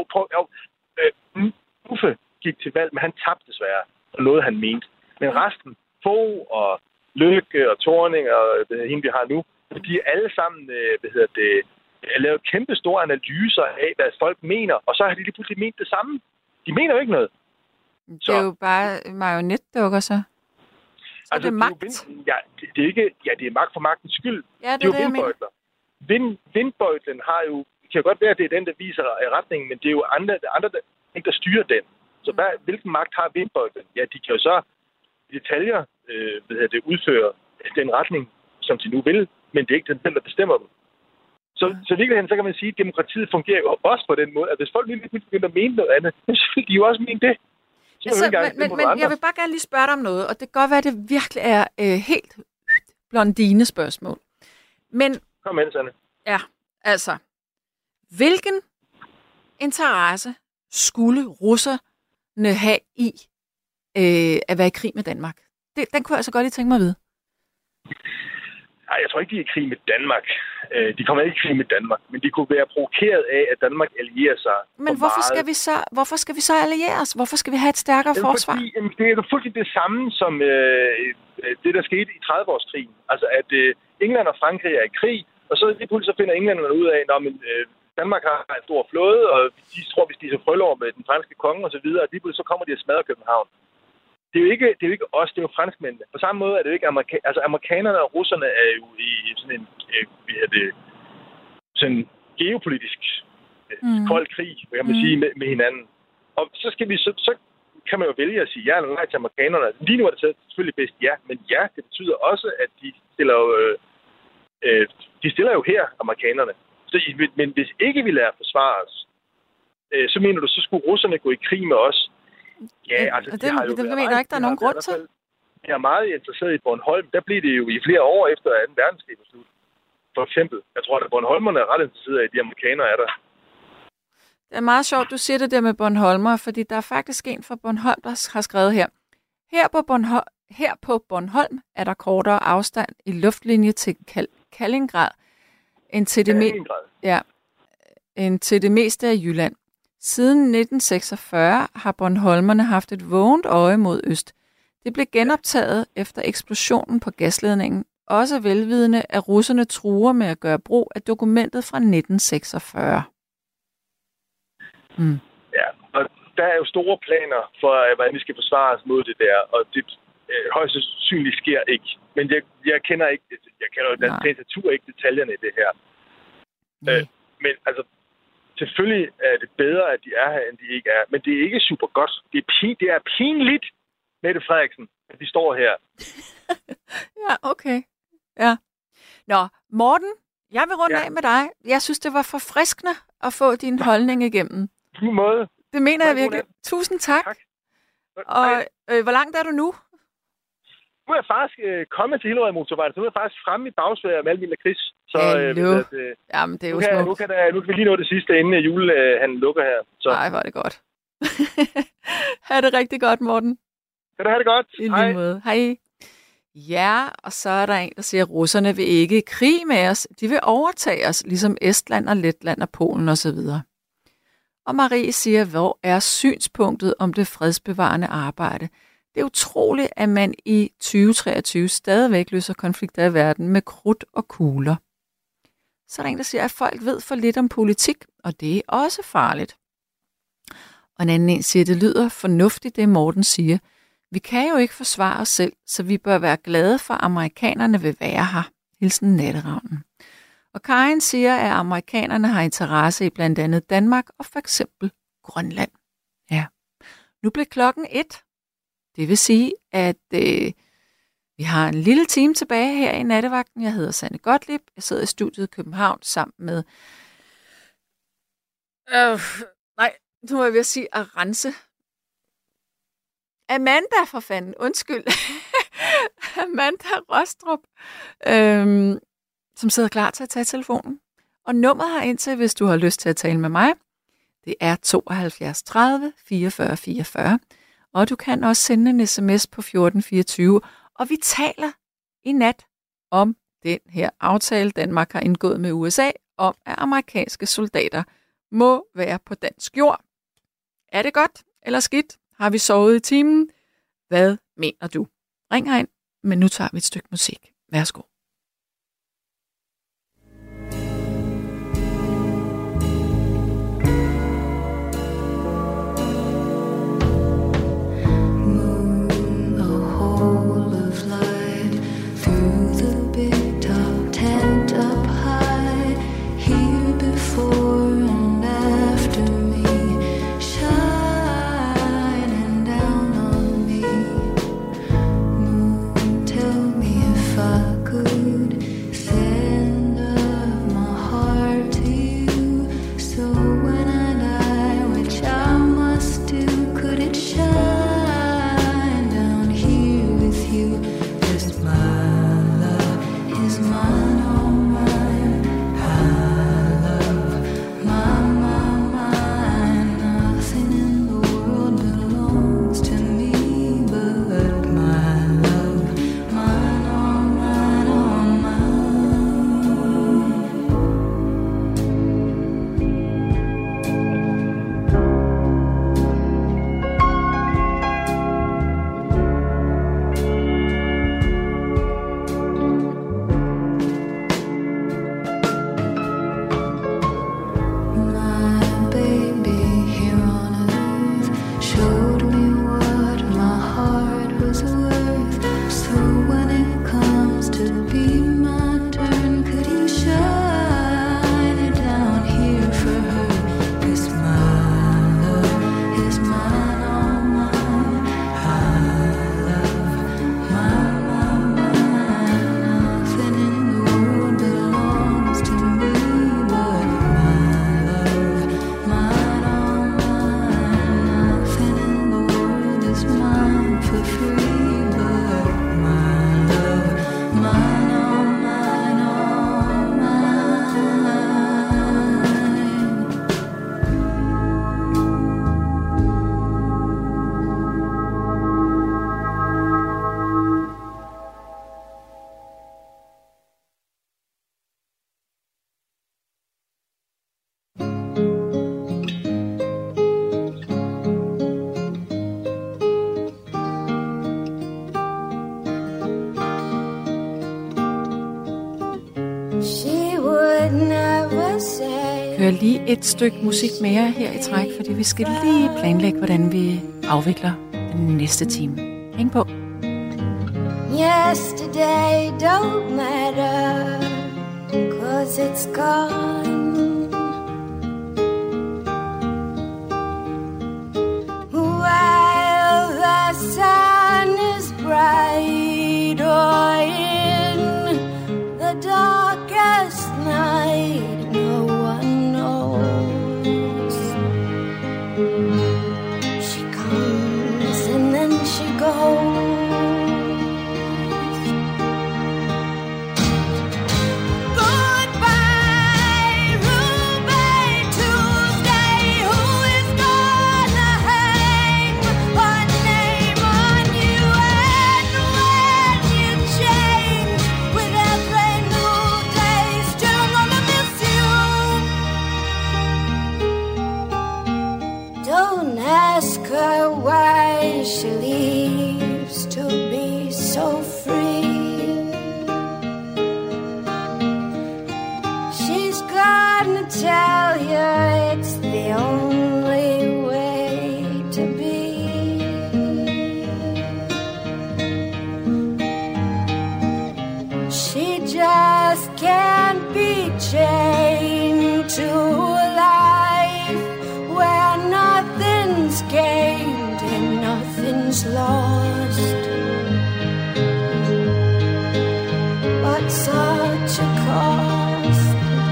Uffe gik til valg, men han tabte desværre på noget, han mente. Men resten, Fogh og Løkke og Thorning og hende, vi har nu, de er alle sammen lavet kæmpe store analyser af, hvad folk mener, og så har de lige pludselig ment det samme. De mener jo ikke noget.
Det er jo bare marionetdukker, så. Så altså, det er magt.
Det er ikke, det er magt for magtens skyld.
Ja, det er jo
vindbøjtler. Vindbøjtlen har jo, det kan jo godt være, at det er den, der viser retningen, men det er jo andre der styrer den. Så hvilken magt har vindbøjtlen? Ja, de kan jo så i detaljer udføre den retning, som de nu vil, men det er ikke den, der bestemmer dem. Så virkelig, så kan man sige, at demokratiet fungerer jo også på den måde, at hvis folk lige begynder at mene noget andet, så vil de jo også mene det.
Men jeg vil bare gerne lige spørge dig om noget, og det kan godt være, at det virkelig er helt blondine spørgsmål. Men
kom med, Sanne.
Ja, altså, hvilken interesse skulle russerne have i at være i krig med Danmark? Den kunne jeg altså godt lige tænke mig at vide.
Nej, jeg tror ikke, de er i krig med Danmark. De kommer ikke i krig med Danmark, men de kunne være provokeret af, at Danmark allierer sig.
Men hvorfor skal vi så alliere os? Hvorfor skal vi have et stærkere forsvar?
Det er jo fuldstændig det samme som det, der skete i 30-årskrigen. Altså, at England og Frankrig er i krig, og så lige pludselig så finder englænderne ud af, at Danmark har en stor flåde, og de tror, vi spiser frølår med den franske konge osv., og lige pludselig så kommer de og smadrer København. Det er jo ikke os, det er jo franskmændene. På samme måde er det jo ikke amerikanerne og russerne er jo i sådan en sådan geopolitisk kold krig, kan man sige, med hinanden. Og så kan man jo vælge at sige ja eller nej til amerikanerne. Lige nu er det selvfølgelig bedst ja, men ja, det betyder også, at de stiller jo her, amerikanerne. Men hvis ikke vi lærer forsvare os, så mener du, så skulle russerne gå i krig med os. Ja, altså,
det mener jeg ikke, der er nogen grund til.
Jeg er meget interesseret i Bornholm. Der blev det jo i flere år efter 2. verdenskrig var slut. For eksempel. Jeg tror, at Bornholmerne er ret interesseret i, at de amerikanere er der.
Det er meget sjovt, du siger det der med Bornholmer, fordi der er faktisk en fra Bornholm, der har skrevet her. Her på Bornholm er der kortere afstand i luftlinje til Kaliningrad end til det meste af Jylland. Siden 1946 har bornholmerne haft et vågent øje mod øst. Det blev genoptaget efter eksplosionen på gasledningen, også velvidende, at russerne truer med at gøre brug af dokumentet fra 1946.
Ja, og der er jo store planer for, hvordan vi skal forsvare os mod det der, og det højst sandsynligt sker ikke. Men jeg kender jo den ikke detaljerne i det her. Men altså, selvfølgelig er det bedre, at de er her, end de ikke er. Men det er ikke super godt. Det er pinligt, Mette Frederiksen, at de står her.
Ja, okay. Ja. Nå, Morten, jeg vil runde af med dig. Jeg synes, det var forfriskende at få din holdning igennem.
På en måde.
Det mener jeg virkelig. Tusind tak. Og hvor langt er du nu?
Nu er jeg faktisk kommet til Hillerød Motorvejen, så nu er jeg faktisk fremme i bagsvær med al min lakrids. Så
jamen, det er jo smukt.
Nu kan vi lige nå det sidste, inden julehandlen lukker her.
Nej, hvor er det godt. Ha' det rigtig godt, Morten.
Kan du have det godt?
I lige måde. Hej. Ja, og så er der en, der siger, at russerne vil ikke i krig med os. De vil overtage os, ligesom Estland og Letland og Polen osv. Og Marie siger, hvor er synspunktet om det fredsbevarende arbejde? Det er utroligt, at man i 2023 stadigvæk løser konflikter i verden med krudt og kugler. Så er der en, der siger, at folk ved for lidt om politik, og det er også farligt. Og en anden en siger, at det lyder fornuftigt, det Morten siger. Vi kan jo ikke forsvare os selv, så vi bør være glade for, at amerikanerne vil være her. Hilsen Natteravnen. Og Karin siger, at amerikanerne har interesse i blandt andet Danmark og for eksempel Grønland. Ja. Nu bliver klokken 1. Det vil sige, at vi har en lille time tilbage her i Nattevagten. Jeg hedder Sanne Gottlieb. Jeg sidder i studiet i København sammen med... nu var jeg ved at sige Arance. Amanda for fanden. Undskyld. Amanda Rostrup. Som sidder klar til at tage telefonen. Og nummeret her indtil, hvis du har lyst til at tale med mig, det er 72 30 44 44. Og du kan også sende en sms på 1424. Og vi taler i nat om den her aftale, Danmark har indgået med USA, om at amerikanske soldater må være på dansk jord. Er det godt eller skidt? Har vi sovet i timen? Hvad mener du? Ring herind, men nu tager vi et stykke musik. Værsgo. Hør lige et stykke musik mere her i træk, fordi vi skal lige planlægge, hvordan vi afvikler den næste time. Hæng på.
Yesterday don't matter, 'cause it's gone. While the sun is bright, or in the darkest night, no one knows. She comes and then she goes. Why she leaves to be so free. She's gonna tell you it's the only way to be. She just can't be chained to a life where nothing's gained and nothing's lost. But such a cost.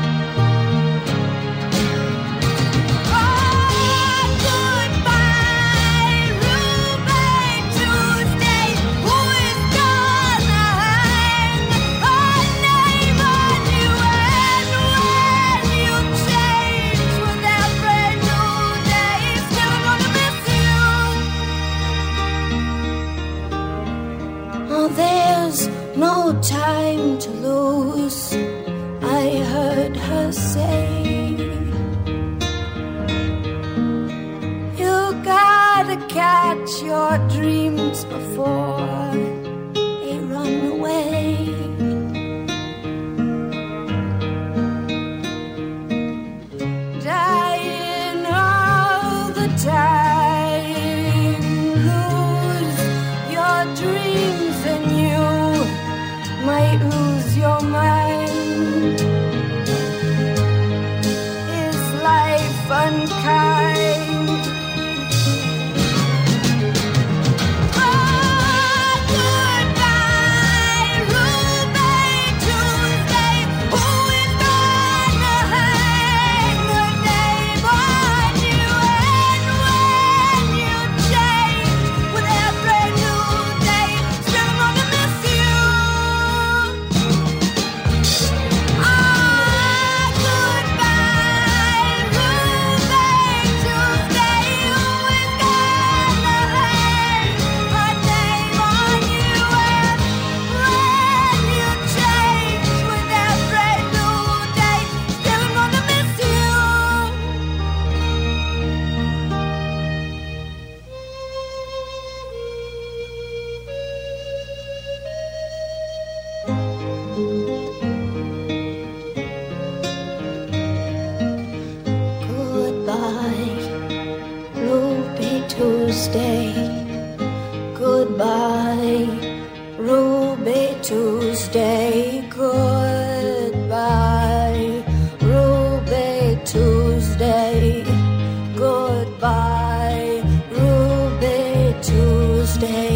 Oh, goodbye, Ruby Tuesday. Who is gonna hang her name on you? And when you change with every new day, still gonna miss you. Oh, there's no time to lose, I heard her say. You gotta catch your dreams before they run away. Dying all the time, lose your dreams and you might lose your mind. Is life unkind? Oh, goodbye, Ruby Tuesday. Who is gonna hang the name on you? And when you change with every new day, still gonna miss you. Ah, goodbye, Ruby Tuesday. Who is gonna hang her name on you? And when you change with every new day, still gonna miss you. Goodbye, Ruby Tuesday. Goodbye, Ruby Tuesday. Goodbye, Ruby Tuesday. Goodbye, Ruby Tuesday.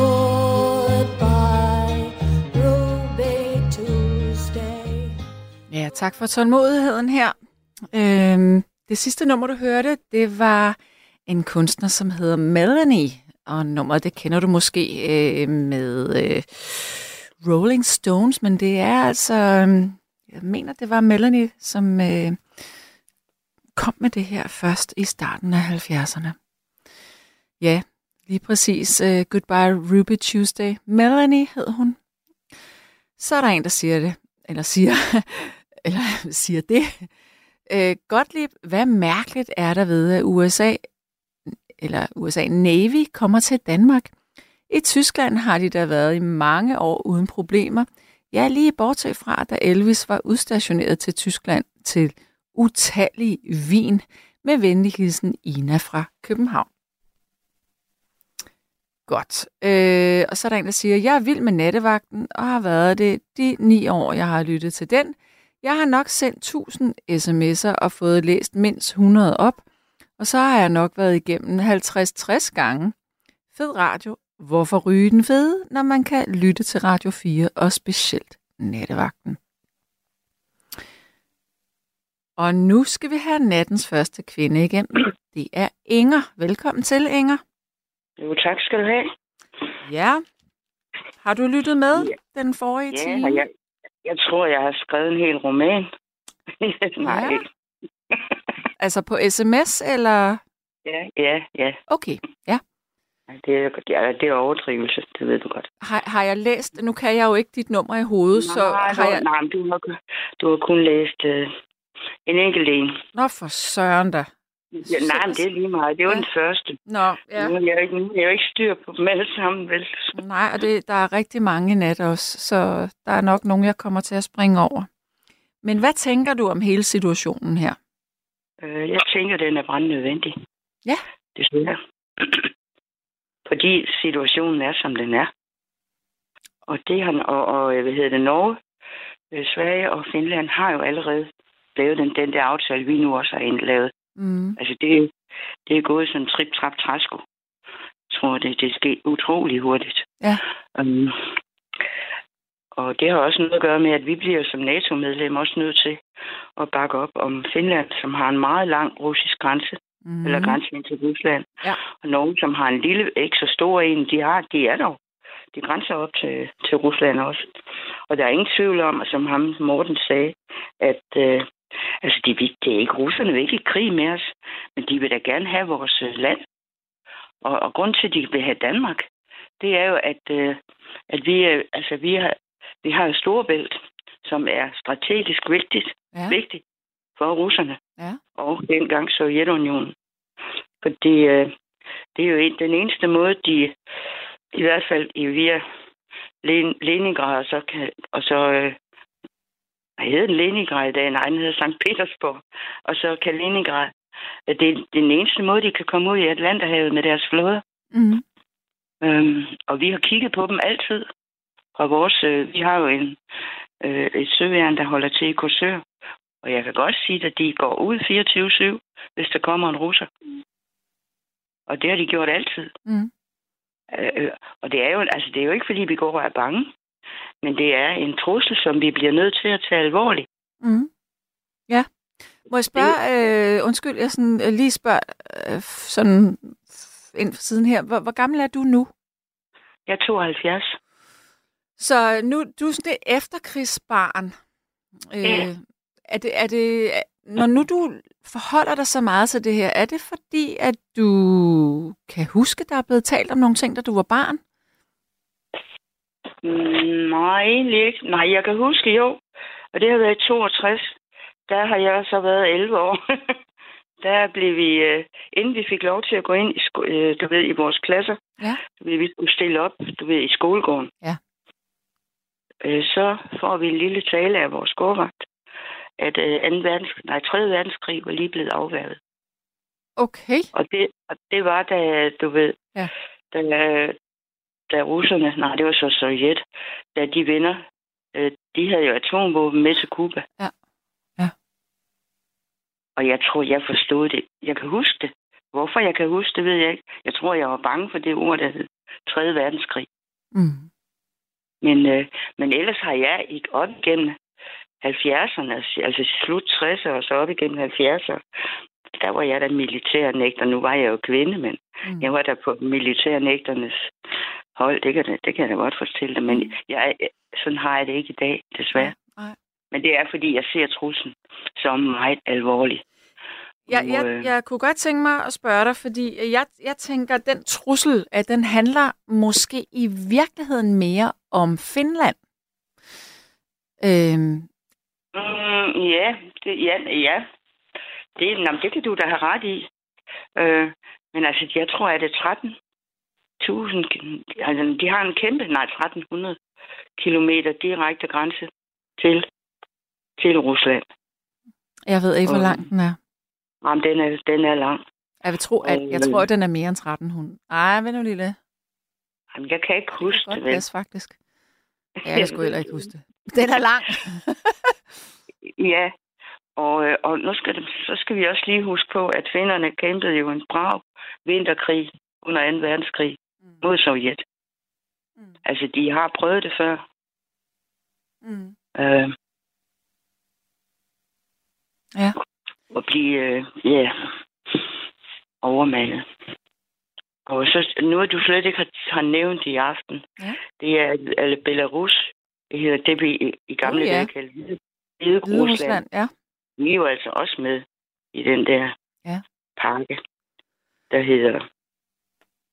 Goodbye, Ruby Tuesday.
Ja, tak for tålmodigheden her. Det sidste nummer, du hørte, det var en kunstner, som hedder Melanie. Og nummeret, det kender du måske med Rolling Stones, men det er altså, jeg mener, det var Melanie, som kom med det her først i starten af 70'erne. Ja, lige præcis. Goodbye Ruby Tuesday. Melanie hed hun. Så er der en, der siger det, eller siger det. Gottlieb, hvad mærkeligt er der ved, at USA Navy kommer til Danmark? I Tyskland har de da været i mange år uden problemer. Ja, lige bortset fra, da Elvis var udstationeret til Tyskland til utallig vin. Med venlig hilsen Ina fra København. Godt. Og så er der en, der siger, jeg er vild med nattevagten og har været det de 9 år, jeg har lyttet til den. Jeg har nok sendt 1000 sms'er og fået læst mindst 100 op. Og så har jeg nok været igennem 50-60 gange. Fed radio. Hvorfor ryge den fede, når man kan lytte til Radio 4 og specielt nattevagten? Og nu skal vi have nattens første kvinde igennem. Det er Inger. Velkommen til, Inger.
Jo, tak skal du have.
Ja. Har du lyttet med den forrige time?
Ja, jeg tror, jeg har skrevet en hel roman. Nej.
Ja. Altså på sms, eller?
Ja.
Okay, ja.
Det er overdrivelse, det ved du godt.
Har jeg læst, nu kan jeg jo ikke dit nummer i hovedet,
Nej,
så har jeg...
Nej, men du har kun læst en enkelt en.
Nå, for søren da.
Ja, nej, men det er lige meget. Det var den første.
Nå, ja.
Nu er jeg jo ikke styr på dem alle sammen, vel?
Nej, og der er rigtig mange i nat også, så der er nok nogen, jeg kommer til at springe over. Men hvad tænker du om hele situationen her?
Jeg tænker, den er brandnødvendig.
Ja.
Desværre. Fordi situationen er, som den er. Og det har, Norge, Sverige og Finland har jo allerede lavet den der aftale, vi nu også har lavet. Mm. Altså det er gået sådan trip-trap-træsko. Jeg tror, det er sket utrolig hurtigt.
Ja.
Og det har også noget at gøre med, at vi bliver som NATO-medlem også nødt til at bakke op om Finland, som har en meget lang russisk grænse, eller grænse ind til Rusland. Ja. Og Norge, som har en lille, ikke så stor en, de grænser op til Rusland også. Og der er ingen tvivl om, som ham Morten sagde, at det er ikke russerne, vil ikke i krig med os, men de vil da gerne have vores land. Og grund til, at de vil have Danmark, det er jo, at vi har jo Storebælt, som er strategisk vigtigt for russerne. Ja. Og dengang Sovjetunionen. Fordi det er jo den eneste måde, de i hvert fald via Leningrad, Leningrad i dag, nej, den hedder Sankt Petersborg, og så Kaliningrad. Det er den eneste måde, de kan komme ud i Atlanterhavet med deres flåder. Mm. Og vi har kigget på dem altid. Og vi har jo et søværn, der holder til i Korsør. Og jeg kan godt sige, at de går ud 24/7, hvis der kommer en russer. Og det har de gjort altid. Mm. Og det er jo ikke, fordi vi går og er bange, men det er en trussel, som vi bliver nødt til at tage alvorligt.
Mm. Ja. Må jeg spørge, undskyld, jeg lige spørger sådan ind for siden her. Hvor gammel er du nu?
Jeg er 72.
Så nu, du er sådan det efterkrigsbarn.
Ja.
Er det, når nu du forholder dig så meget til det her, er det fordi, at du kan huske, der er blevet talt om nogle ting, da du var barn?
Nej, egentlig ikke. Nej, jeg kan huske jo. Og det har været i 62. Der har jeg så været 11 år. Der blev vi, inden vi fik lov til at gå ind i vores klasser, ja. Vi skulle stille op, i skolegården. Ja. Så får vi en lille tale af vores gårdvagt, at 3. verdenskrig var lige blevet afværget.
Okay.
Og det var, da russerne, det var så Sovjet, da de venner, de havde jo atomvåben med til Cuba. Ja. Ja. Og jeg tror, jeg forstod det. Jeg kan huske det. Hvorfor jeg kan huske det, ved jeg ikke. Jeg tror, jeg var bange for det ord, der hed 3. verdenskrig. Mm. Men ellers har jeg ikke op igennem 70'erne, altså slut 60'erne og så op igennem 70'erne, der var jeg da militærnægter. Nu var jeg jo kvinde, men jeg var der på militærnægternes hold. Det kan jeg da godt fortælle dig, men sådan har jeg det ikke i dag, desværre. Nej. Men det er, fordi jeg ser truslen som meget alvorlig.
Jeg kunne godt tænke mig at spørge dig, fordi jeg tænker, at den trussel, at den handler måske i virkeligheden mere om Finland.
Det kan du da have ret i. Men altså, jeg tror, at det er 13.000... Altså, de har en kæmpe, 1.300 kilometer direkte grænse til Rusland.
Jeg ved ikke, hvor lang den er.
Jamen, den er lang.
Jeg tror, at den er mere end 1.300. Ej, vent nu lige.
Jamen, jeg kan ikke huske det.
Det er faktisk. Jeg kan sgu heller ikke huske det. Den er lang.
Ja, og nu skal vi også lige huske på, at finnerne kæmpede jo en brav vinterkrig under 2. verdenskrig mod Sovjet. Mm. Altså, de har prøvet det før. Mm.
Ja.
At blive overmandet. Og så noget, du slet ikke har nævnt i aften, det er Belarus. Det hedder det, vi i gamle dage kaldte Hviderusland. Ja. Vi er jo altså også med i den der pakke, der hedder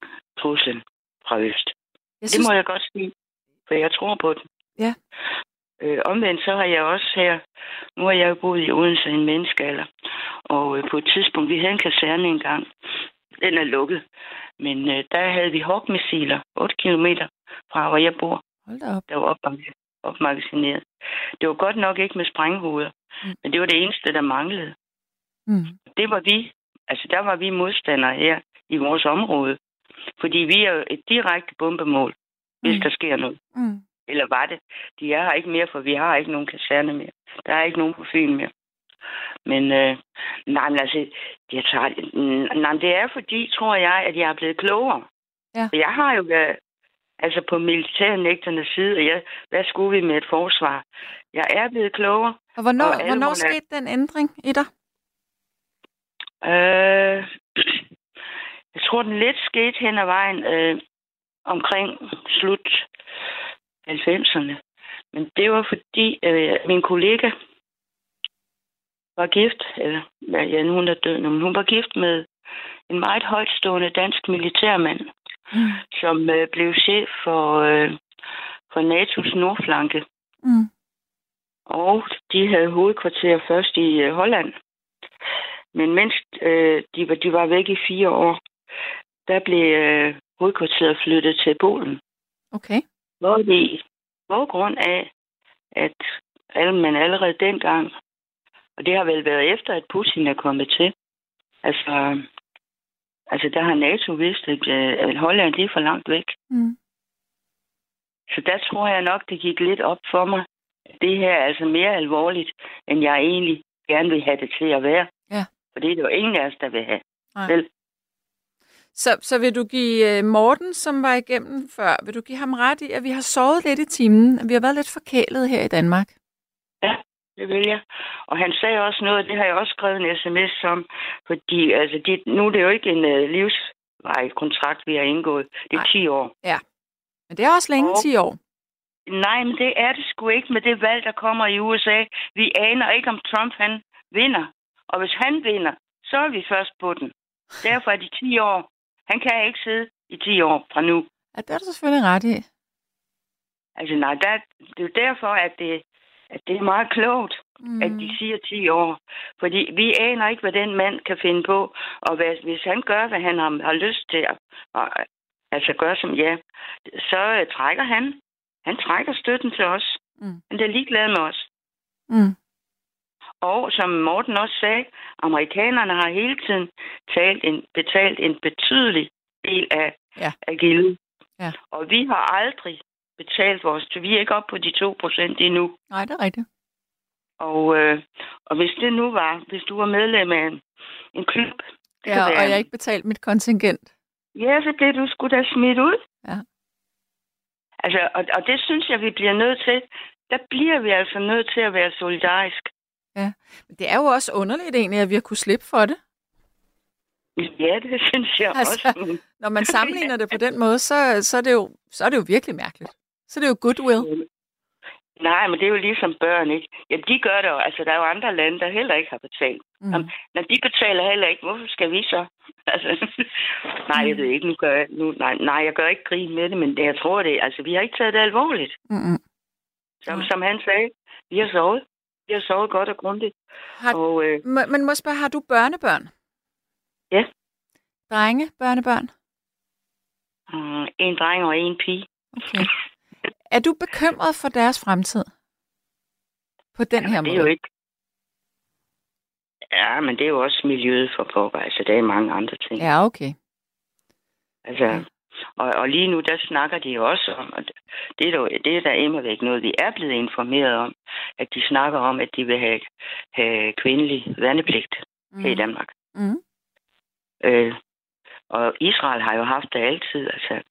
truslen fra øst. Det må jeg godt sige, for jeg tror på den.
Ja.
Omvendt så har jeg også her, nu har jeg jo boet i Odense en menneskealder, og på et tidspunkt, vi havde en kaserne engang, den er lukket, men der havde vi Hawk-missiler 8 kilometer fra, hvor jeg bor.
Hold da op.
Der var opmagasineret. Det var godt nok ikke med sprænghoveder, men det var det eneste, der manglede. Det var vi, altså der var vi modstandere her i vores område, fordi vi er jo et direkte bombemål, hvis der sker noget. Eller var det? De er her ikke mere, for vi har ikke nogen kaserne mere. Der er ikke nogen på Fyn mere. Men det er fordi, tror jeg, at jeg er blevet klogere. Ja. Jeg har jo været på militærnægternes side, og hvad skulle vi med et forsvar? Jeg er blevet klogere.
Og hvornår skete den ændring i dig?
Jeg tror, den lidt skete hen ad vejen omkring slut 90'erne. Men det var fordi, min kollega var gift, nu hun er død, men hun var gift med en meget højtstående dansk militærmand, som blev chef for NATO's nordflanke. Og de havde hovedkvarter først i Holland. Men mens de var væk i 4 år, der blev hovedkvarteret flyttet til Polen.
Okay.
Hvor grund af, at man allerede dengang, og det har vel været efter, at Putin er kommet til, altså der har NATO vidst, at Holland er for langt væk. Så der tror jeg nok, det gik lidt op for mig. Det her er altså mere alvorligt, end jeg egentlig gerne vil have det til at være.
Ja.
For det er jo ingen af os, der vil have.
Så vil du give Morten, som var igennem før, vil du give ham ret i, at vi har sovet lidt i timen, at vi har været lidt forkælet her i Danmark?
Ja, det vil jeg. Og han sagde også noget, det har jeg også skrevet en sms om, fordi nu er det jo ikke en livsvarig kontrakt, vi har indgået. Det er 10 år.
Ja, men det er også længe 10 år.
Nej, men det er det sgu ikke med det valg, der kommer i USA. Vi aner ikke, om Trump han vinder. Og hvis han vinder, så er vi først på den. Derfor er de 10 år. Han kan ikke sidde i 10 år fra nu.
Ja, det er du selvfølgelig ret i.
Altså nej, det er jo derfor, at det er meget klogt, at de siger 10 år. Fordi vi aner ikke, hvad den mand kan finde på. Og hvis han gør, hvad han har lyst til at gøre som så trækker han. Han trækker støtten til os. Han er ligeglad med os. Og som Morten også sagde, amerikanerne har hele tiden betalt en betydelig del af gildet. Ja. Og vi har aldrig betalt vores, så vi er ikke oppe på de 2% endnu.
Nej, det er rigtigt.
Og hvis det nu var, hvis du var medlem af en klub.
Og jeg ikke betalt mit kontingent.
Ja, så blev du sgu da smidt ud.
Ja.
Altså, og det synes jeg, vi bliver nødt til. Der bliver vi altså nødt til at være solidarisk.
Ja, men det er jo også underligt egentlig, at vi har kunnet slippe for det.
Ja, det synes jeg også.
Når man sammenligner det på den måde, så er det jo virkelig mærkeligt. Så er det jo goodwill.
Nej, men det er jo ligesom børn, ikke? Ja, de gør det jo. Altså, der er jo andre lande, der heller ikke har betalt. Når de betaler heller ikke, hvorfor skal vi så? Altså, nej, jeg ved ikke. Jeg gør ikke grin med det, men jeg tror det. Altså, vi har ikke taget det alvorligt. Som han sagde, vi har sovet. Vi har sovet godt og grundigt.
Men må spørge, har du børnebørn?
Ja.
Drenge, børnebørn?
En dreng og en pige.
Okay. Er du bekymret for deres fremtid? På den her måde?
Det er jo ikke. Ja, men det er jo også miljøet for pokker. Altså, der er mange andre ting.
Ja, okay.
Altså, og lige nu, der snakker de jo også om, og det er der immervæk noget, vi er blevet informeret om, at de snakker om, at de vil have kvindelig værnepligt her i Danmark. Og Israel har jo haft det altid. Altså,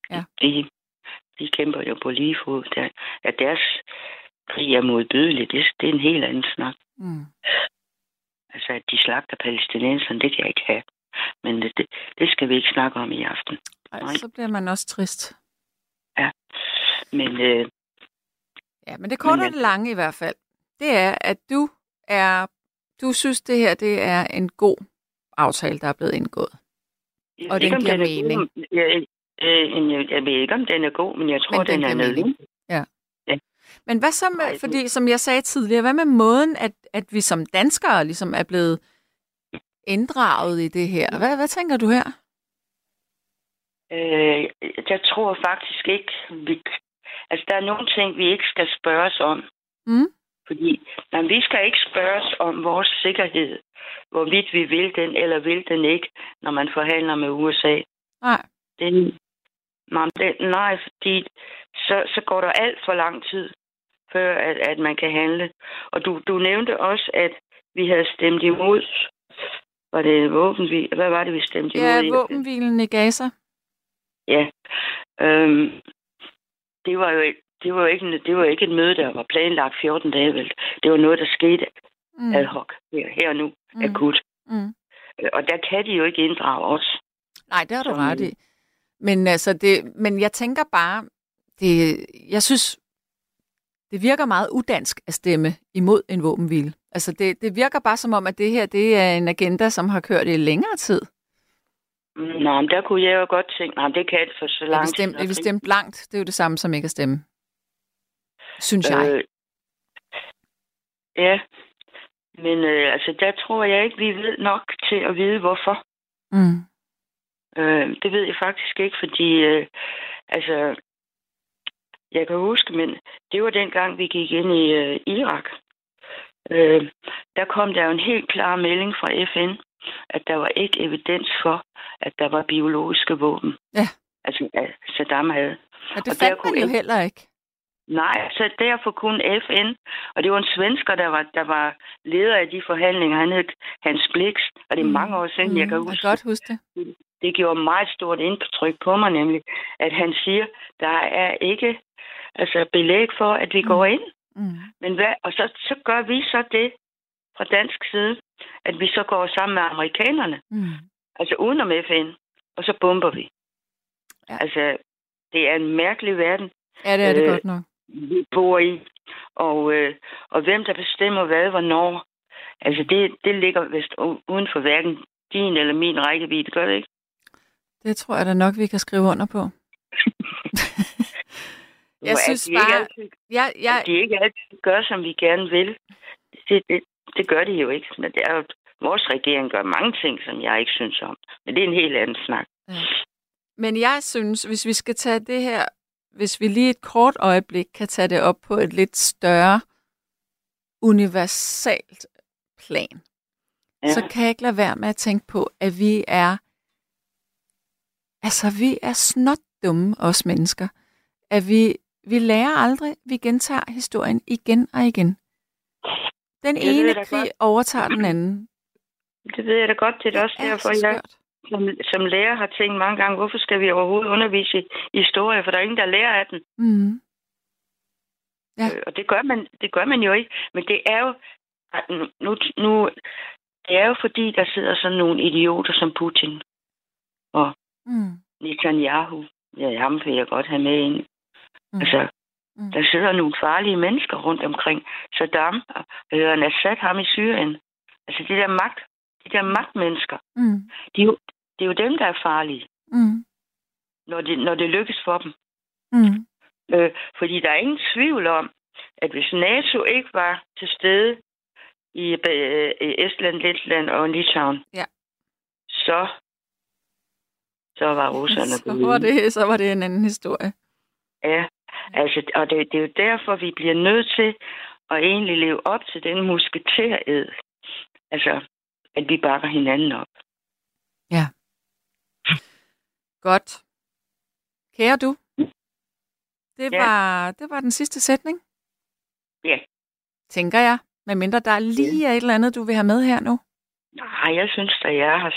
de kæmper jo på lige fod. At deres krig er modbydelig, det er en helt anden snak. Altså, at de slagter palæstinenserne, det kan jeg ikke have. Men det skal vi ikke snakke om i aften.
Nej, så bliver man også trist.
Ja, men...
men det korte og det lange i hvert fald, det er, at du synes, det her det er en god aftale, der er blevet indgået. Og den giver mening.
Jeg ved ikke, om den er god, men jeg tror, den er nødvendig.
Ja.
Ja.
Men hvad så med, fordi som jeg sagde tidligere, hvad med måden, at vi som danskere ligesom er blevet inddraget i det her? Hvad tænker du her?
Jeg tror faktisk ikke, altså der er nogle ting, vi ikke skal spørges om. Fordi vi skal ikke spørges om vores sikkerhed, hvorvidt vi vil den eller vil den ikke, når man forhandler med USA.
Nej.
Nej, fordi så går der alt for lang tid, før at man kan handle. Og du nævnte også, at vi havde stemt imod. Var det våbenhvile? Hvad var det, vi stemte imod?
Ja, våbenhvilen i Gaza.
Ja. Det var jo ikke et møde, der var planlagt 14 dage, vel. Det var noget, der skete ad hoc her og nu, akut. Og der kan de jo ikke inddrage os.
Nej, det har du ret i. Men men jeg tænker bare, jeg synes, det virker meget udansk at stemme imod en våbenhvile. Altså det virker bare som om, at det her, det er en agenda, som har kørt i længere tid.
Nå, men der kunne jeg jo godt tænke, det kan det for så lang tid.
Vi stemte blankt, det er jo det samme som ikke at stemme. Synes jeg.
Ja, men der tror jeg ikke, vi ved nok til at vide, hvorfor. Det ved jeg faktisk ikke, fordi jeg kan huske, men det var dengang, vi gik ind i Irak. Der kom der jo en helt klar melding fra FN, at der var ikke evidens for, at der var biologiske våben.
Ja.
Altså, Saddam havde.
Og det fandt man jo heller ikke.
Nej, så derfor kun FN, og det var en svensker, der var leder af de forhandlinger. Han hed Hans Blix, og det er mange år siden, jeg kan huske.
Jeg kan godt huske det.
Det gjorde meget stort indtryk på mig, nemlig, at han siger, der er ikke belæg for, at vi går ind. Men og så gør vi så det fra dansk side, at vi så går sammen med amerikanerne, altså udenom FN, og så bomber vi. Ja. Altså, det er en mærkelig verden.
Ja, det er det godt nok.
Vi bor i, og hvem der bestemmer hvad, hvornår, altså det ligger vist uden for hverken din eller min rækkevidde, gør det ikke?
Det tror jeg da nok, vi kan skrive under på. Jeg synes bare...
De ikke altid gør, som vi gerne vil. Det gør de jo ikke. Men det er jo, vores regering gør mange ting, som jeg ikke synes om. Men det er en helt anden snak.
Ja. Men jeg synes, hvis vi skal tage det her, hvis vi lige et kort øjeblik kan tage det op på et lidt større universalt plan, så kan jeg ikke lade være med at tænke på, at vi er snot dumme, os mennesker. At vi lærer aldrig, vi gentager historien igen og igen. Den ene krig overtager den anden.
Det ved jeg da godt, det er også derfor, jeg som lærer har tænkt mange gange, hvorfor skal vi overhovedet undervise i historie, for der er ingen, der lærer af den.
Ja.
Og det gør man jo ikke. Men det er jo nu det er jo fordi, der sidder sådan nogle idioter som Putin og Netanyahu. Ja, ham vil jeg godt have med ind. Der sidder nogle farlige mennesker rundt omkring. Saddam og Assad, ham i Syrien. Altså de der magtmennesker. Det er jo dem, der er farlige. Når det lykkes for dem. Fordi der er ingen tvivl om, at hvis NATO ikke var til stede i Estland, Letland og Litauen, så var russerne
så var det en anden historie.
Ja, altså, og det er jo derfor, vi bliver nødt til at egentlig leve op til den musketered. Altså, at vi bakker hinanden op.
Ja. Godt. Kære du, det var den sidste sætning.
Ja.
Tænker jeg. Medmindre der er lige et eller andet, du vil have med her nu.
Nej, jeg synes da,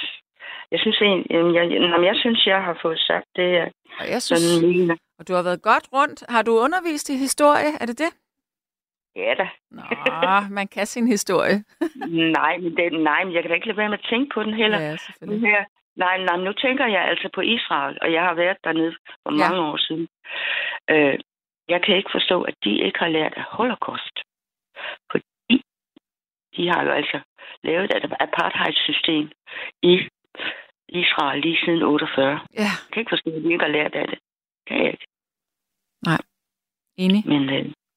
jeg synes, jeg har fået sagt det.
Og jeg synes, og du har været godt rundt. Har du undervist i historie? Er det det?
Ja da.
Nå, man kan sin historie.
Nej, men jeg kan da ikke lade være med at tænke på den heller.
Ja, selvfølgelig.
Nej, nu tænker jeg altså på Israel, og jeg har været dernede for mange år siden. Jeg kan ikke forstå, at de ikke har lært af Holocaust. Fordi de har jo altså lavet et apartheidsystem i Israel lige siden 48. Ja. Jeg kan ikke forstå, at de ikke har lært af det. Kan jeg ikke.
Nej. Enig.
Men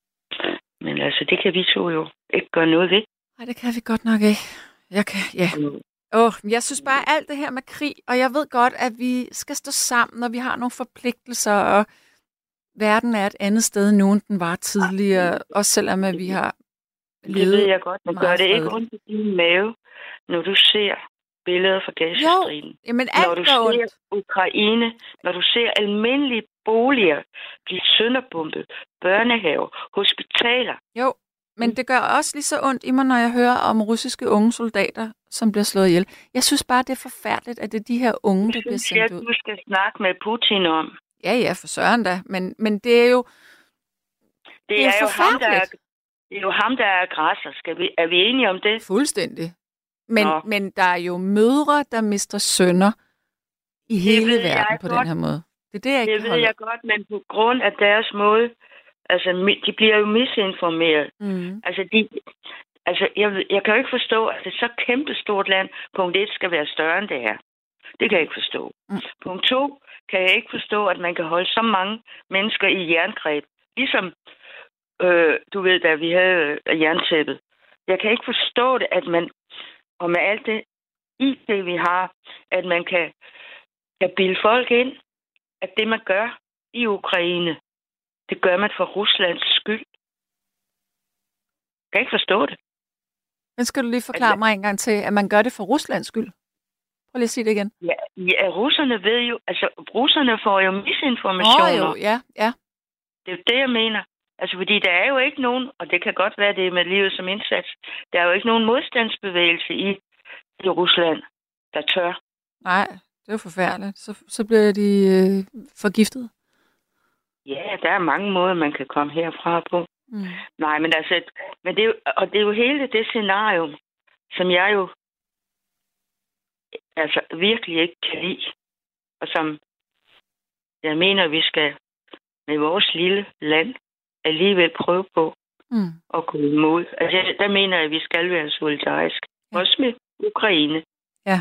Men altså, det kan vi to jo ikke gøre noget ved.
Nej, det kan vi godt nok ikke. Jeg synes bare, alt det her med krig, og jeg ved godt, at vi skal stå sammen, og vi har nogle forpligtelser, og verden er et andet sted nu, end den var tidligere, også selvom at vi har levet.
Det ved jeg godt, men gør det ikke ondt i din mave, når du ser billeder fra Gazastriben?
Jamen alt
når du ser Ukraine, når du ser almindelige boliger blive sønderbombet, børnehaver, hospitaler.
Jo, men det gør også lige så ondt i mig, når jeg hører om russiske unge soldater, som bliver slået ihjel. Jeg synes bare, det er forfærdeligt, at det er de her unge, der bliver sendt ud.
Du skal snakke med Putin om.
Ja, for søren da. Men det er jo
det er jo forfærdeligt. Det er jo ham, der er aggressor. Er vi enige om det?
Fuldstændig. Men der er jo mødre, der mister sønner i hele verden på den her måde. Det er det, jeg ikke
Det ved jeg godt, men på grund af deres måde, altså, de bliver jo misinformeret.
Mm.
Jeg kan jo ikke forstå, at et så kæmpestort land, punkt 1, skal være større end det her. Det kan jeg ikke forstå.
Mm.
Punkt 2, kan jeg ikke forstå, at man kan holde så mange mennesker i jerngreb. Ligesom, du ved, da vi havde jerntæppet. Jeg kan ikke forstå det, at man, og med alt det IT, vi har, at man kan bilde folk ind, at det, man gør i Ukraine, det gør man for Ruslands skyld. Jeg kan ikke forstå det.
Men skal du lige forklare mig en gang til, at man gør det for Ruslands skyld? Prøv lige at sige det igen.
Ja, russerne ved jo, altså russerne får jo misinformationer.
Ja.
Det er jo det, jeg mener. Altså, fordi der er jo ikke nogen, og det kan godt være det med livet som indsats, der er jo ikke nogen modstandsbevægelse i Rusland, der tør.
Nej, det er jo forfærdeligt. Så bliver de forgiftet.
Ja, der er mange måder, man kan komme herfra på.
Mm.
Nej, men altså, det er jo hele det scenario, som jeg jo altså virkelig ikke kan lide. Og som jeg mener, vi skal med vores lille land alligevel prøve på at gå imod. Altså, der mener jeg, at vi skal være solidariske. Ja. Også med Ukraine.
Ja.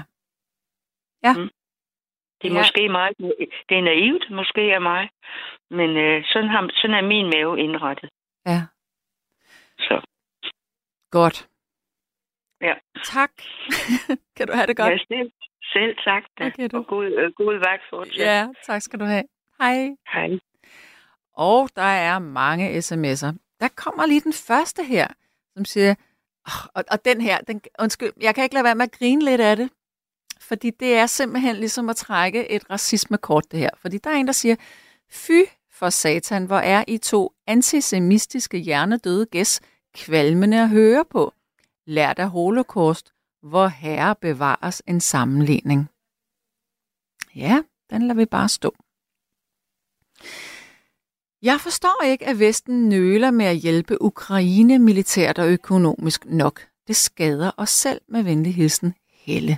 Det er måske meget, det er naivt, måske af mig, men sådan er min mave indrettet.
Ja.
Så.
Godt.
Ja.
Tak. Kan du have det godt?
Ja, selv tak.
Okay,
og god vagt fortsat.
Ja, tak skal du have. Hej.
Hej.
Og der er mange sms'er. Der kommer lige den første her, som siger, og den her, undskyld, jeg kan ikke lade være med at grine lidt af det, fordi det er simpelthen ligesom at trække et racismekort, det her. Fordi der er en, der siger, fy for satan, hvor er I to antisemistiske hjernedøde gæs kvalmende at høre på. Lært af holocaust, hvor herre bevares en sammenligning. Ja, den lader vi bare stå. Jeg forstår ikke, at Vesten nøler med at hjælpe Ukraine militært og økonomisk nok. Det skader os selv, med venlig hilsen, Helle.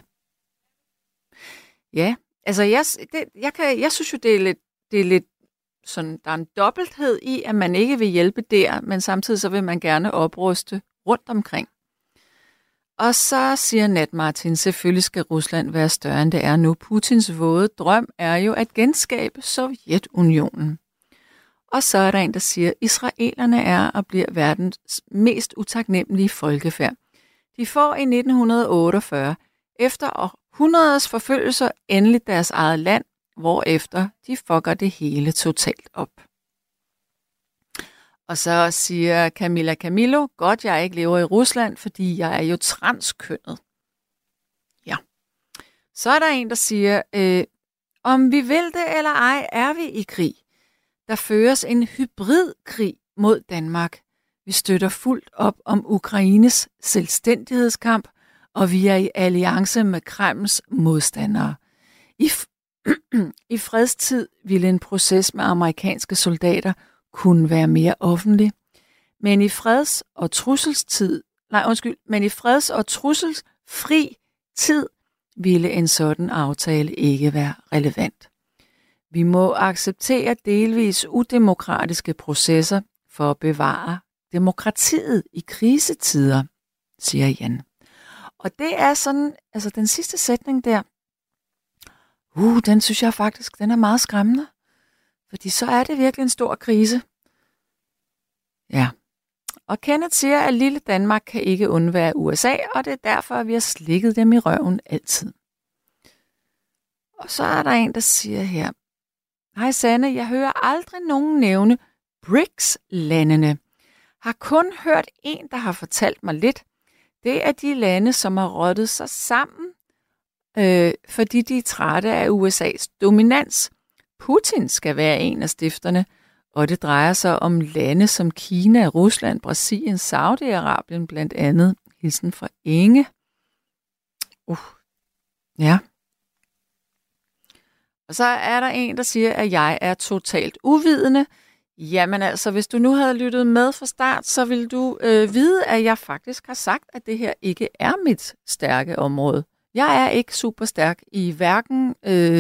Ja, altså jeg synes jo, det er lidt sådan, der er en dobbelthed i, at man ikke vil hjælpe der, men samtidig så vil man gerne opruste rundt omkring. Og så siger Nat Martin, selvfølgelig skal Rusland være større, end det er nu. Putins våde drøm er jo at genskabe Sovjetunionen. Og så er der en, der siger, israelerne er og bliver verdens mest utaknemmelige folkefærd. De får i 1948, efter århundreders forfølgelser, endelig deres eget land, hvorefter de fucker det hele totalt op. Og så siger Camilla Camillo, godt jeg ikke lever i Rusland, fordi jeg er jo transkønnet. Ja. Så er der en, der siger, om vi vil det eller ej, er vi i krig. Der føres en hybridkrig mod Danmark. Vi støtter fuldt op om Ukraines selvstændighedskamp, og vi er i alliance med Kremls modstandere. I fredstid ville en proces med amerikanske soldater kunne være mere offentlig, men i freds- og trusselsfri tid ville en sådan aftale ikke være relevant. Vi må acceptere delvis udemokratiske processer for at bevare demokratiet i krisetider, siger Jan. Og det er sådan, altså den sidste sætning der, den synes jeg faktisk, den er meget skræmmende. Fordi så er det virkelig en stor krise. Ja, Og Kenneth siger, at lille Danmark kan ikke undvære USA, og det er derfor, at vi har slikket dem i røven altid. Og så er der en, der siger her, hej Sanne, jeg hører aldrig nogen nævne BRICS-landene. Har kun hørt en, der har fortalt mig lidt. Det er de lande, som har rottet sig sammen, fordi de er trætte af USA's dominans. Putin skal være en af stifterne, og det drejer sig om lande som Kina, Rusland, Brasilien, Saudi-Arabien blandt andet. Hilsen fra Inge. Ja. Og så er der en, der siger, at jeg er totalt uvidende. Jamen altså, hvis du nu havde lyttet med fra start, så vil du vide, at jeg faktisk har sagt, at det her ikke er mit stærke område. Jeg er ikke super stærk i hverken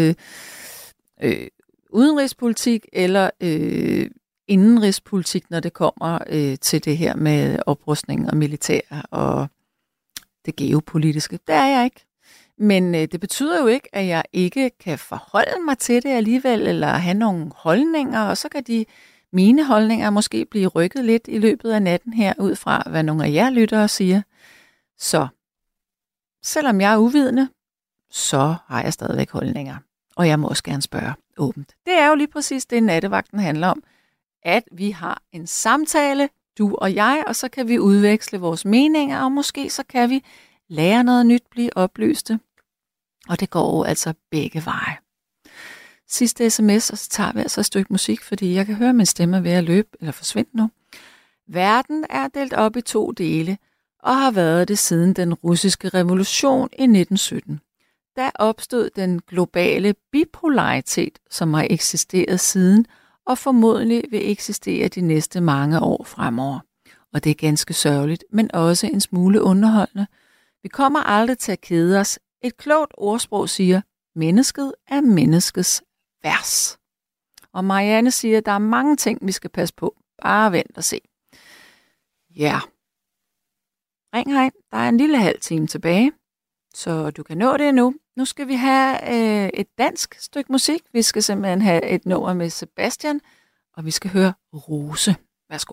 udenrigspolitik eller indenrigspolitik, når det kommer til det her med oprustning og militær og det geopolitiske. Det er jeg ikke. Men det betyder jo ikke, at jeg ikke kan forholde mig til det alligevel, eller have nogle holdninger, og så kan mine holdninger måske blive rykket lidt i løbet af natten her, ud fra hvad nogle af jer lyttere siger. Så selvom jeg er uvidende, så har jeg stadigvæk holdninger. Og jeg må også gerne spørge åbent. Det er jo lige præcis det, nattevagten handler om. At vi har en samtale, du og jeg, og så kan vi udveksle vores meninger, og måske så kan vi lære noget nyt, blive oplyste. Og det går jo altså begge veje. Sidste sms, og så tager vi altså et stykke musik, fordi jeg kan høre min stemme ved at løbe eller forsvinde nu. Verden er delt op i 2 dele, og har været det siden den russiske revolution i 1917. Der opstod den globale bipolaritet, som har eksisteret siden, og formodentlig vil eksistere de næste mange år fremover. Og det er ganske sørgeligt, men også en smule underholdende. Vi kommer aldrig til at kede os. Et klogt ordsprog siger, mennesket er menneskets vers. Og Marianne siger, at der er mange ting, vi skal passe på. Bare vent og se. Ja. Ring herind. Der er en lille halv time tilbage, så du kan nå det nu. Nu skal vi have et dansk stykke musik. Vi skal simpelthen have et nummer med Sebastian, og vi skal høre Rose. Værsgo.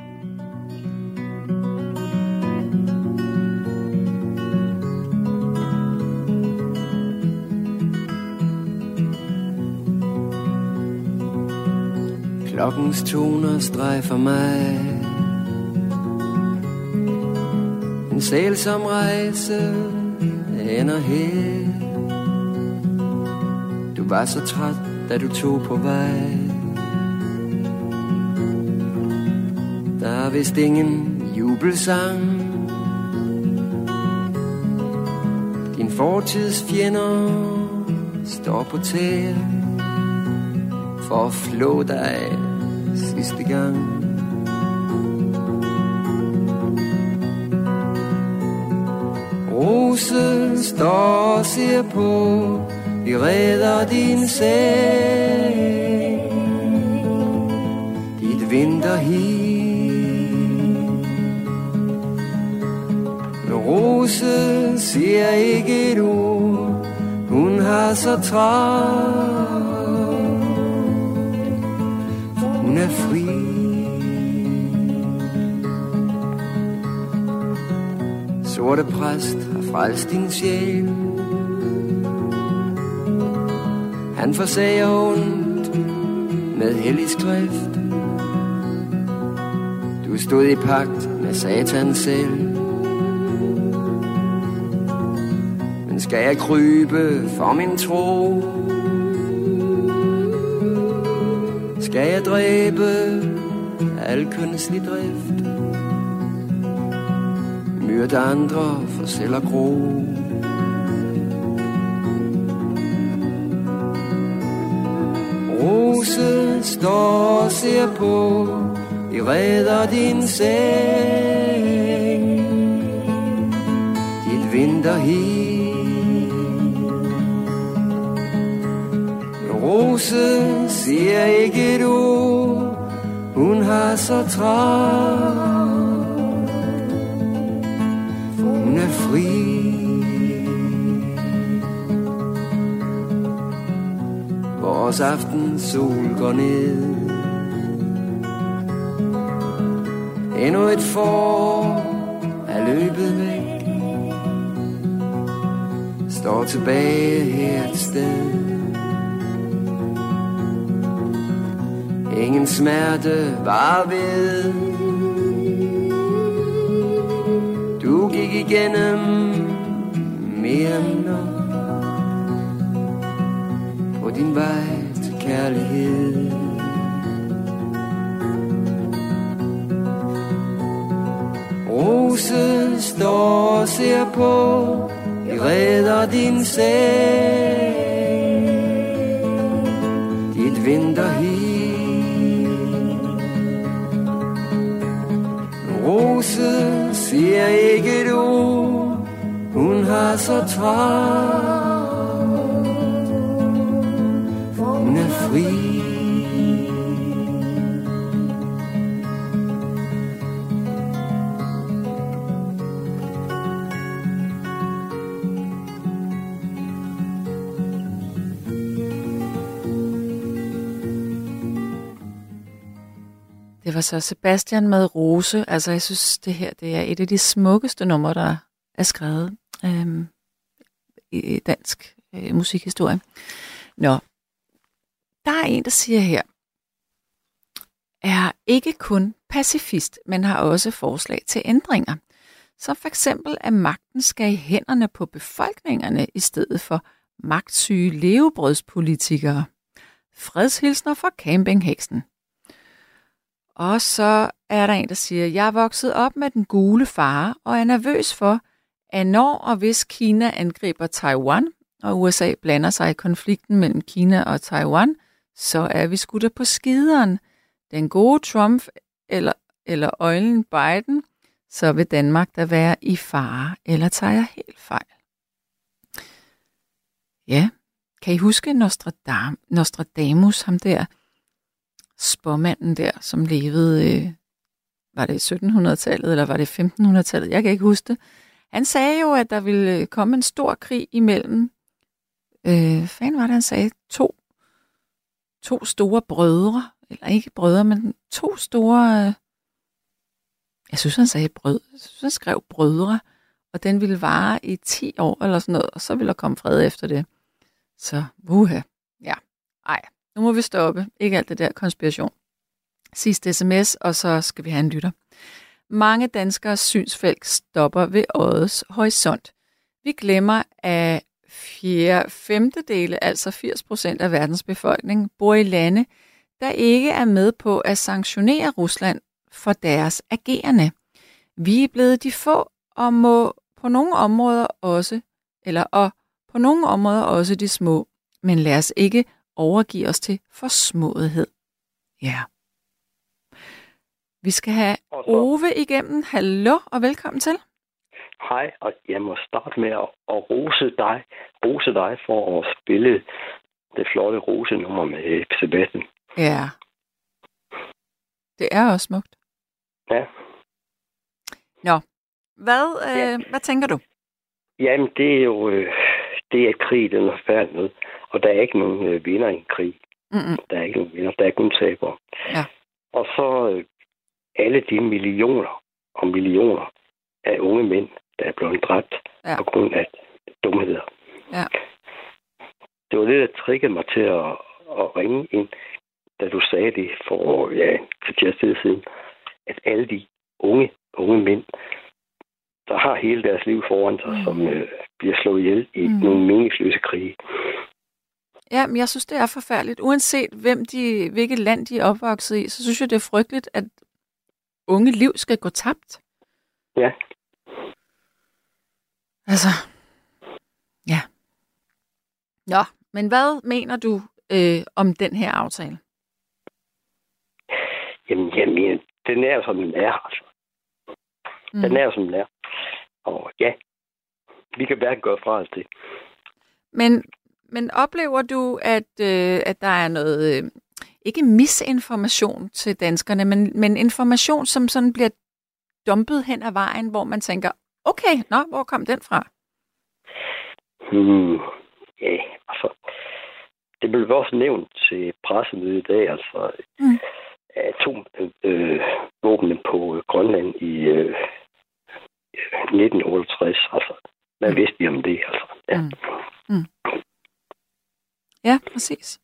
Klokkens toner strejfer mig. En sælsom rejse ender her. Du var så træt, da du tog på vej. Der er vist ingen jubelsang. Din fortids fjender står på tæer for at flå dig sidste gang. Rose står og ser på, vi redder din sag, dit vinterhit. Rose siger ikke et ord, hun har så travlt. Hun er fri. Sorte præst har frelst din sjæl. Han forsager ondt med hellig skrift. Du stod i pagt med Satan selv. Men skal jeg krybe for min tro? Skal jeg dræbe al kønslig drift? Myrde andre for selv at gro? Rose står og ser på, vi redder din sag, dit vinterhit. Rose siger ikke et ord, hun har så travlt. Hun er fri. Vores aftensol går ned. Endnu et forår er løbet væk. Står tilbage her et sted. Ingen smerte var ved. Du gik igennem mere end nok på din vej til kærlighed. Rose står og ser på, I redder din sag. Dit vinterhit. Rose siger ikke et ord, hun har så travlt, for hun er fri.
Det var så Sebastian med Rose. Altså, jeg synes, det her det er et af de smukkeste numre, der er skrevet i dansk musikhistorie. Nå, der er en, der siger her, er ikke kun pacifist, men har også forslag til ændringer. Som for eksempel, at magten skal i hænderne på befolkningerne i stedet for magtsyge levebrødspolitikere. Fredshilsner fra campingheksen. Og så er der en, der siger, jeg er vokset op med den gule fare, og er nervøs for, at når og hvis Kina angriber Taiwan, og USA blander sig i konflikten mellem Kina og Taiwan, så er vi skudt på skideren. Den gode Trump eller øjlen Biden, så vil Danmark da være i fare, eller tager jeg helt fejl? Ja, kan I huske Nostradamus, ham der spåmanden der, som levede, var det 1700-tallet, eller var det 1500-tallet? Jeg kan ikke huske det. Han sagde jo, at der ville komme en stor krig imellem, fanden var det, han sagde, to store brødre, eller ikke brødre, men to store, jeg synes, han sagde brødre, jeg synes, han skrev brødre, og den ville vare i 10 år, eller sådan noget, og så ville der komme fred efter det. Så, ja, nu må vi stoppe. Ikke alt det der konspiration. Sidste sms, og så skal vi have en lytter. Mange danskers synsfelt stopper ved øjets horisont. Vi glemmer, at 4/5, altså 80% af verdens befolkning, bor i lande, der ikke er med på at sanktionere Rusland for deres agerende. Vi er blevet de få, og må på nogle områder også de små. Men lad os ikke overgive os til forsmåethed. Ja. Vi skal have Ove igennem. Hallo og velkommen til.
Hej, og jeg må starte med at rose dig for at spille det flotte rosenummer med Sebastian.
Ja. Det er også smukt.
Ja.
Nå, hvad tænker du?
Jamen, det er jo det er krig, den er færdig med. Og der er ikke nogen vinder i en krig. Mm-mm. Der er ikke nogen vinder, der er kun tabere.
Ja.
Og så alle de millioner af unge mænd, der er blevet dræbt på grund af dumheder.
Ja.
Det var det, der triggede mig til at ringe ind, da du sagde det for en kvarter siden, at alle de unge mænd, der har hele deres liv foran sig, som bliver slået ihjel i nogle meningsløse krige.
Ja, men jeg synes, det er forfærdeligt. Uanset hvilket land de er opvokset i, så synes jeg, det er frygteligt, at unge liv skal gå tabt.
Ja.
Altså, ja. Nå, men hvad mener du om den her aftale?
Jamen, den er som den er, altså. Den er som den er. Og ja, vi kan hverken gøre fra os det.
Men oplever du, at der er noget, ikke misinformation til danskerne, men information, som sådan bliver dumpet hen ad vejen, hvor man tænker, okay, hvor kom den fra?
Ja, altså, det blev også nævnt til pressemødet i dag, altså, våbnene på Grønland i 1968. Altså, hvad vidste vi om det? Altså, ja.
Ja, præcis.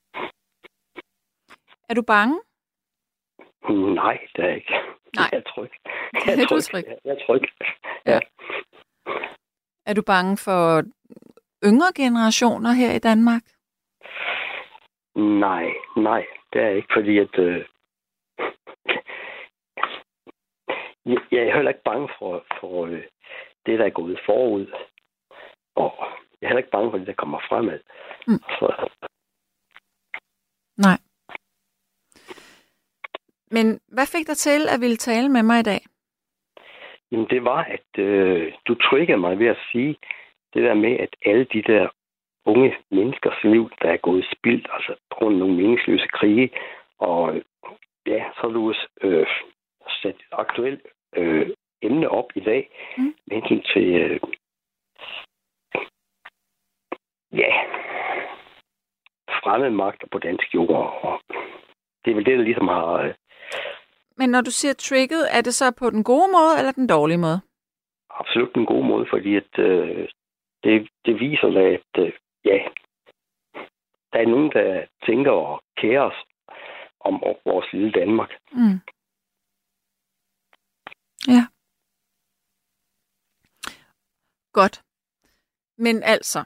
Er du bange?
Nej, det er ikke.
Nej.
Jeg er tryg.
Jeg
er tryg. Ja.
Er du bange for yngre generationer her i Danmark?
Nej, det er ikke, fordi at jeg er heller ikke bange for det, der er gået forud. Og jeg er heller ikke bange for det, der kommer fremad. Så.
Nej. Men hvad fik dig til at ville tale med mig i dag?
Jamen, det var, at du triggede mig ved at sige det der med, at alle de der unge menneskers liv, der er gået spildt, altså på grund af nogle meningsløse krige, og ja, så har du sat et aktuelt emne op i dag, med hensyn til fremmede magter på dansk jord, og det er vel det, der ligesom har...
Men når du siger trigget, er det så på den gode måde, eller den dårlige måde?
Absolut den gode måde, fordi at, det viser da, at der er nogen, der tænker og kærer os om vores lille Danmark.
Ja. Godt. Men altså,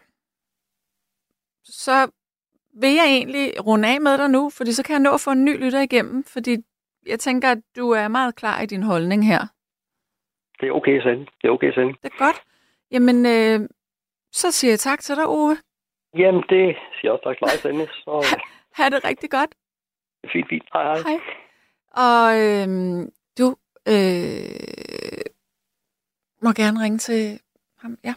så vil jeg egentlig runde af med dig nu, fordi så kan jeg nå at få en ny lytter igennem, fordi jeg tænker, at du er meget klar i din holdning her.
Det er okay, Sande. Det er
godt. Jamen, så siger jeg tak til dig, Ove.
Jamen, det siger jeg også tak til dig, Sande. Så...
Ha' det rigtig godt.
Fint. Hej.
Og du må gerne ringe til ham. Ja.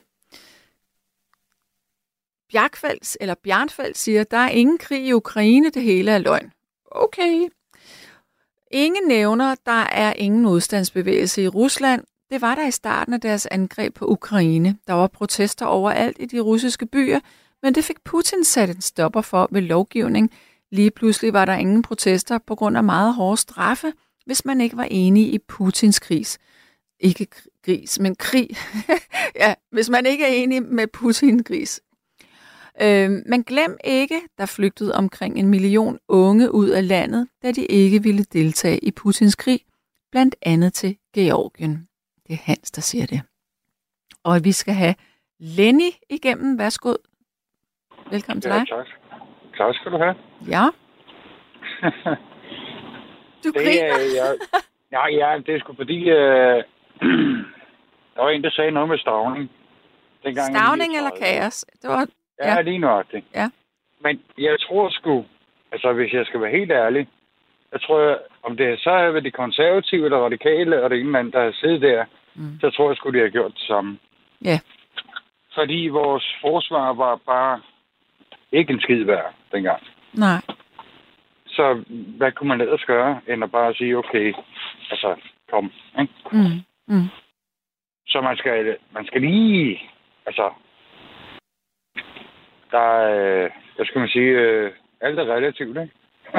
Bjarnfeldt siger, der er ingen krig i Ukraine, det hele er løgn. Okay. Ingen nævner, der er ingen modstandsbevægelse i Rusland. Det var der i starten af deres angreb på Ukraine. Der var protester overalt i de russiske byer, men det fik Putin sat en stopper for ved lovgivning. Lige pludselig var der ingen protester på grund af meget hårde straffe, hvis man ikke var enig i Putins krig. Ikke gris, men krig. Ja, hvis man ikke er enig med Putins krig. Men glem ikke, der flygtede omkring 1 million unge ud af landet, da de ikke ville deltage i Putins krig, blandt andet til Georgien. Det er Hans, der siger det. Og vi skal have Lenny igennem. Værsgo. Velkommen til dig.
Tak. Tak skal du have.
Ja. Du griner.
Ja, det er sgu fordi, der var en, der sagde noget med stavning.
Stavning eller kaos? Det var...
Ja, lige nøjagtigt.
Ja.
Men jeg tror sgu, altså hvis jeg skal være helt ærlig, jeg tror, om det så er ved de konservative eller radikale, og det ene eller andet, der har siddet der, så tror jeg sgu, de har gjort det samme.
Ja.
Fordi vores forsvar var bare ikke en skid værd dengang.
Nej.
Så hvad kunne man ellers gøre, end at bare sige, okay, altså, kom. Ikke? Så man skal lige, altså, der er, hvad skal man sige, alt er relativt, ikke?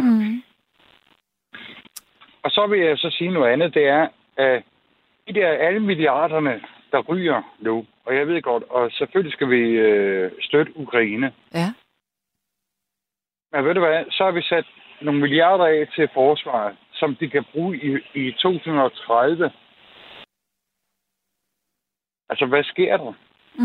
Og så vil jeg så sige noget andet, det er, at de der alle milliarderne, der ryger nu, og jeg ved godt, og selvfølgelig skal vi støtte Ukraine.
Ja.
Men ved du hvad, så har vi sat nogle milliarder af til forsvaret, som de kan bruge i 2030. Altså, hvad sker der?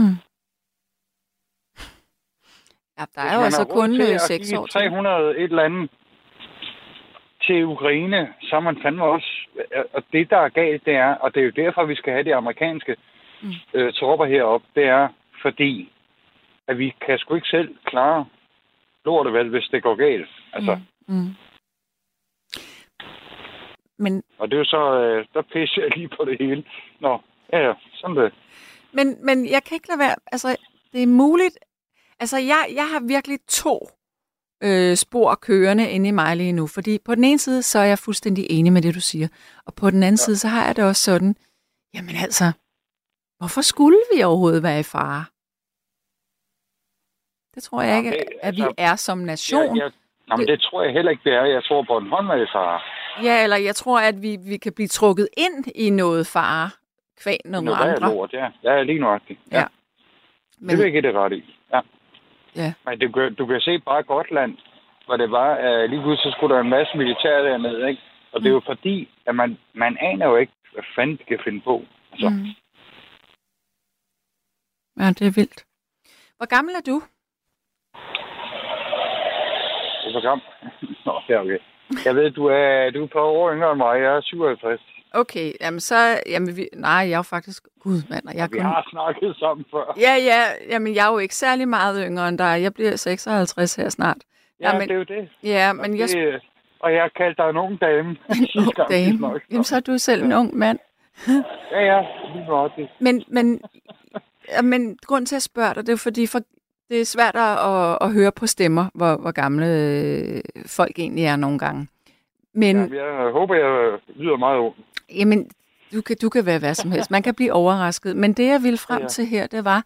Ja, der er jo altså kun 6 år til.
300 et eller andet til Ukraine, så er man fandme også... Og det, der er galt, det er, og det er jo derfor, vi skal have de amerikanske tropper heroppe, det er fordi, at vi kan sgu ikke selv klare lortet vel, hvis det går galt. Altså.
Men...
Og det er jo så, der pisser jeg lige på det hele. Nå, ja, sådan det.
Men jeg kan ikke lade være... Altså, det er muligt... Altså, jeg har virkelig 2 spor kørende inde i mig lige nu. Fordi på den ene side, så er jeg fuldstændig enig med det, du siger. Og på den anden side, så har jeg det også sådan... Jamen altså, hvorfor skulle vi overhovedet være i fare? Det tror jeg ikke, at vi er som nation.
Men det tror jeg heller ikke, det er. Jeg tror, Bornholm er i fare.
Ja, eller jeg tror, at vi kan blive trukket ind i noget fare, kvæg nogle andre.
Lort, ja. Ja, lige nøjagtigt. Ja. Men... Det vil jeg give det ret i. Ja.
Ja.
Men du kan se bare Gotland, hvor det var, lige pludselig så skulle der en masse militær dernede, ikke? Og det er jo fordi, at man aner jo ikke, hvad fanden de kan finde på. Altså.
Ja, det er vildt. Hvor gammel er du?
Hvor gammel? Nå, det er okay. Jeg ved, du er et par år yngre end mig. Jeg er 57.
Okay, nej, jeg er jo faktisk... Gud, mand.
Vi har snakket sammen før.
Ja, jamen jeg er jo ikke særlig meget yngre end dig. Jeg bliver 56 her snart.
Ja, det er jo det.
Ja, men
og jeg kaldte dig en ung dame.
En ung dame? Jamen, så er du selv en ung mand.
Ja, lige godt det.
Men grund til at spørge dig, det er fordi, det er svært at høre på stemmer, hvor gamle folk egentlig er nogle gange. Men,
jeg håber, jeg lyder meget ung.
Jamen, du kan være hvad som helst. Man kan blive overrasket. Men det, jeg ville frem til her, det var,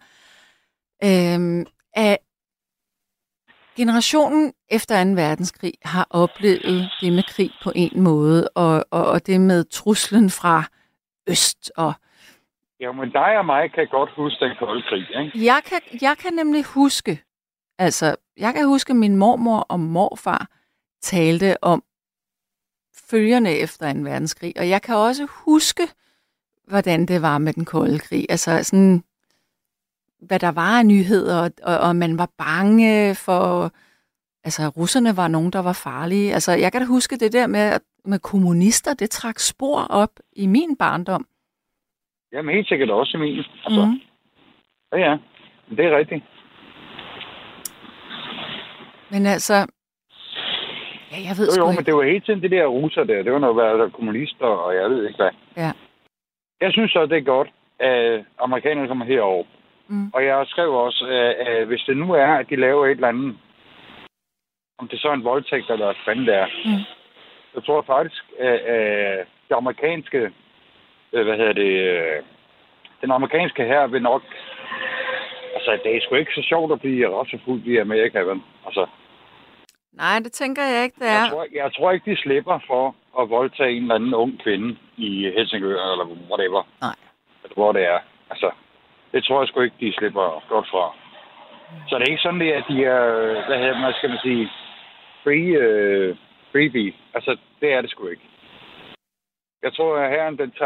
at generationen efter 2. verdenskrig har oplevet det med krig på en måde, og det med truslen fra øst.
Ja, men dig og mig kan godt huske den kolde krig, ikke?
Jeg kan nemlig huske, jeg kan huske, at min mormor og morfar talte om følgerne efter 2. verdenskrig, og jeg kan også huske, hvordan det var med den kolde krig. Altså sådan, hvad der var af nyheder, og man var bange for... Altså, russerne var nogen, der var farlige. Altså, jeg kan da huske det der med kommunister, det trak spor op i min barndom.
Jamen, helt sikkert også i min. Altså. Ja, det er rigtigt.
Men altså... Ja, jeg ved
jo, men det var hele tiden det der russer der. Det var noget der kommunister, og jeg ved ikke hvad.
Ja.
Jeg synes så, det er godt, at amerikanerne kommer herover. Og jeg skrev også, at hvis det nu er, at de laver et eller andet, om det så er en voldtægt, eller hvad fanden det er, så tror jeg faktisk, at det amerikanske, den amerikanske her vil nok, altså det er sgu ikke så sjovt at blive retsforfulgt i Amerika, vel? Altså.
Nej, det tænker jeg ikke, det er.
Jeg tror ikke, de slipper for at voldtage en eller anden ung kvinde i Helsingør, eller whatever.
Nej.
Hvor det er. Altså, det tror jeg sgu ikke, de slipper godt fra. Så det er ikke sådan, at de er, skal man sige, freebie. Altså, det er det sgu ikke. Jeg tror, at herren, de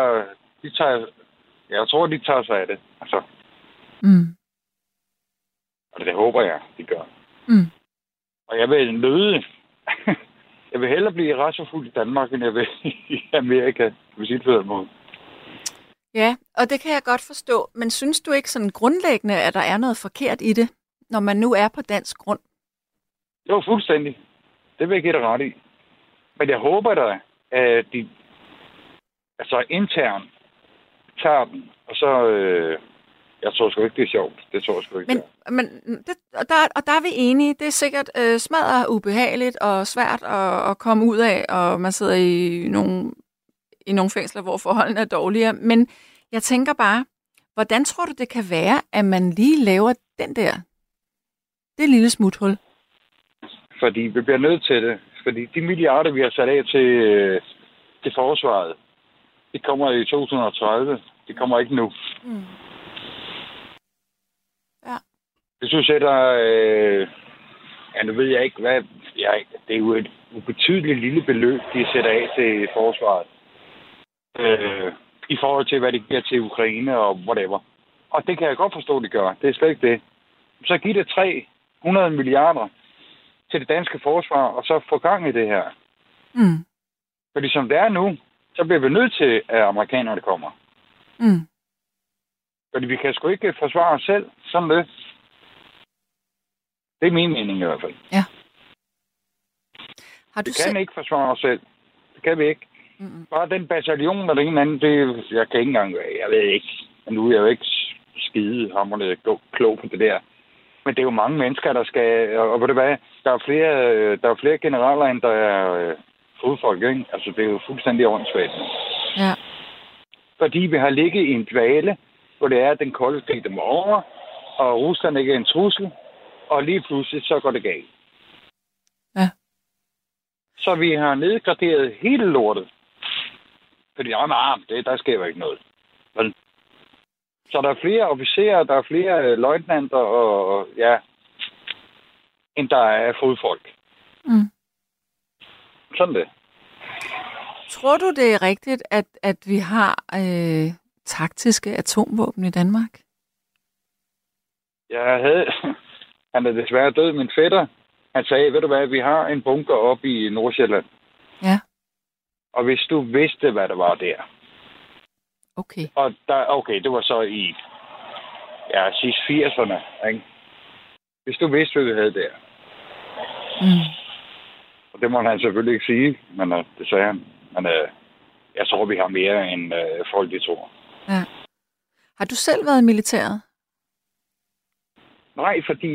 tager sig af det. Altså. Og det håber jeg, de gør. Og jeg vil nøde. Jeg vil hellere blive retsforfulgt i Danmark, end jeg vil i Amerika, på sit måde.
Ja, og det kan jeg godt forstå. Men synes du ikke sådan grundlæggende, at der er noget forkert i det, når man nu er på dansk grund?
Jo, fuldstændig. Det vil jeg give dig ret i. Men jeg håber da, at de internt tager den, og så... jeg tror sgu ikke, det er sjovt. Det tror jeg sgu ikke.
Men der er vi enige. Det er sikkert smadret ubehageligt og svært at komme ud af, og man sidder i nogle fængsler, hvor forholdene er dårligere. Men jeg tænker bare, hvordan tror du, det kan være, at man lige laver det lille smuthul?
Fordi vi bliver nødt til det. Fordi de milliarder, vi har sat af til forsvaret, det kommer i 2030. Det kommer ikke nu.
Ja.
Det synes jeg, nu ved jeg ikke, hvad... det er jo et ubetydeligt lille beløb, de sætter af til forsvaret. I forhold til, hvad det giver til Ukraine og whatever. Og det kan jeg godt forstå, de gør. Det er slet ikke det. Så giv det 300 milliarder til det danske forsvar, og så få gang i det her. Fordi som det er nu, så bliver vi nødt til, at amerikanerne kommer. Fordi vi kan sgu ikke forsvare os selv. Sådan det. Det er min mening i hvert fald.
Ja.
Vi kan ikke forsvare os selv. Det kan vi ikke. Bare den bataljon eller en anden, det jeg kan ikke engang... Jeg ved ikke. Men nu er jeg jo ikke skide hamrende klog på det der. Men det er jo mange mennesker, der skal... Og ved du hvad? Der er flere generaler, end der er fodfolk, ikke? Altså, det er jo fuldstændig åndssvagt.
Ja.
Fordi vi har ligget i en dvale, hvor det er, at den kolde krig dem over, og Rusland ikke er en trussel, og lige pludselig, så går det galt.
Ja.
Så vi har nedgraderet hele lortet. Fordi der sker jo ikke noget. Men, så der er flere officerer, der er flere løjtnanter, og ja, end der er fodfolk.
Mm.
Sådan det.
Tror du, det er rigtigt, at vi har taktiske atomvåben i Danmark?
Han er desværre død, min fætter. Han sagde, ved du hvad, vi har en bunker oppe i Nordsjælland.
Ja.
Og hvis du vidste, hvad der var der.
Okay.
Og det var så i sidst 80'erne, ikke? Hvis du vidste, hvad vi havde der.
Mm.
Og det må han selvfølgelig ikke sige, men det sagde han. Men jeg tror, vi har mere end folk, de tror.
Ja. Har du selv været i militæret?
Nej, fordi...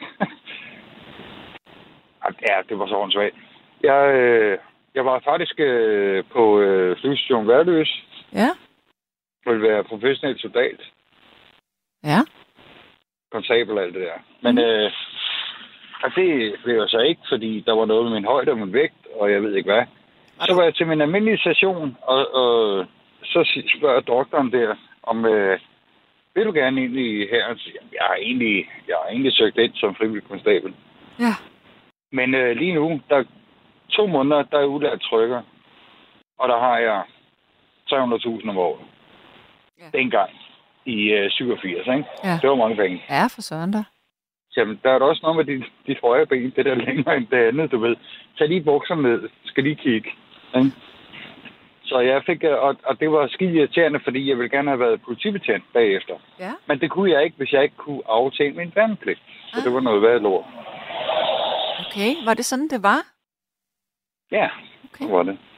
det var så åndssvagt. Jeg var faktisk på flyvestation Værløs.
Ja.
Jeg ville være professionel soldat.
Ja.
Konstabel og alt det der. Men og det blev jeg så ikke, fordi der var noget med min højde og min vægt, og jeg ved ikke hvad. Så var jeg til min almindelige station, og så spørger doktoren der, om vil du gerne egentlig her? Jeg har egentlig søgt ind som frivillig konstabel.
Ja.
Men lige nu, der er 2 måneder, der er udlært trykker, og der har jeg 300.000 om året. Ja. Dengang i 87, ikke?
Ja.
Det var mange penge.
Ja, for søren da.
Jamen, der er da også noget med dit højre ben, det der længere end det andet, du ved. Tag lige bukserne ned, skal lige kigge. Ikke? Så jeg fik, og det var skide irriterende, fordi jeg ville gerne have været politibetjent bagefter.
Ja.
Men det kunne jeg ikke, hvis jeg ikke kunne aftjene min værnepligt. Så det var noget værd lort.
Okay, var det sådan, det var?
Ja, det var det.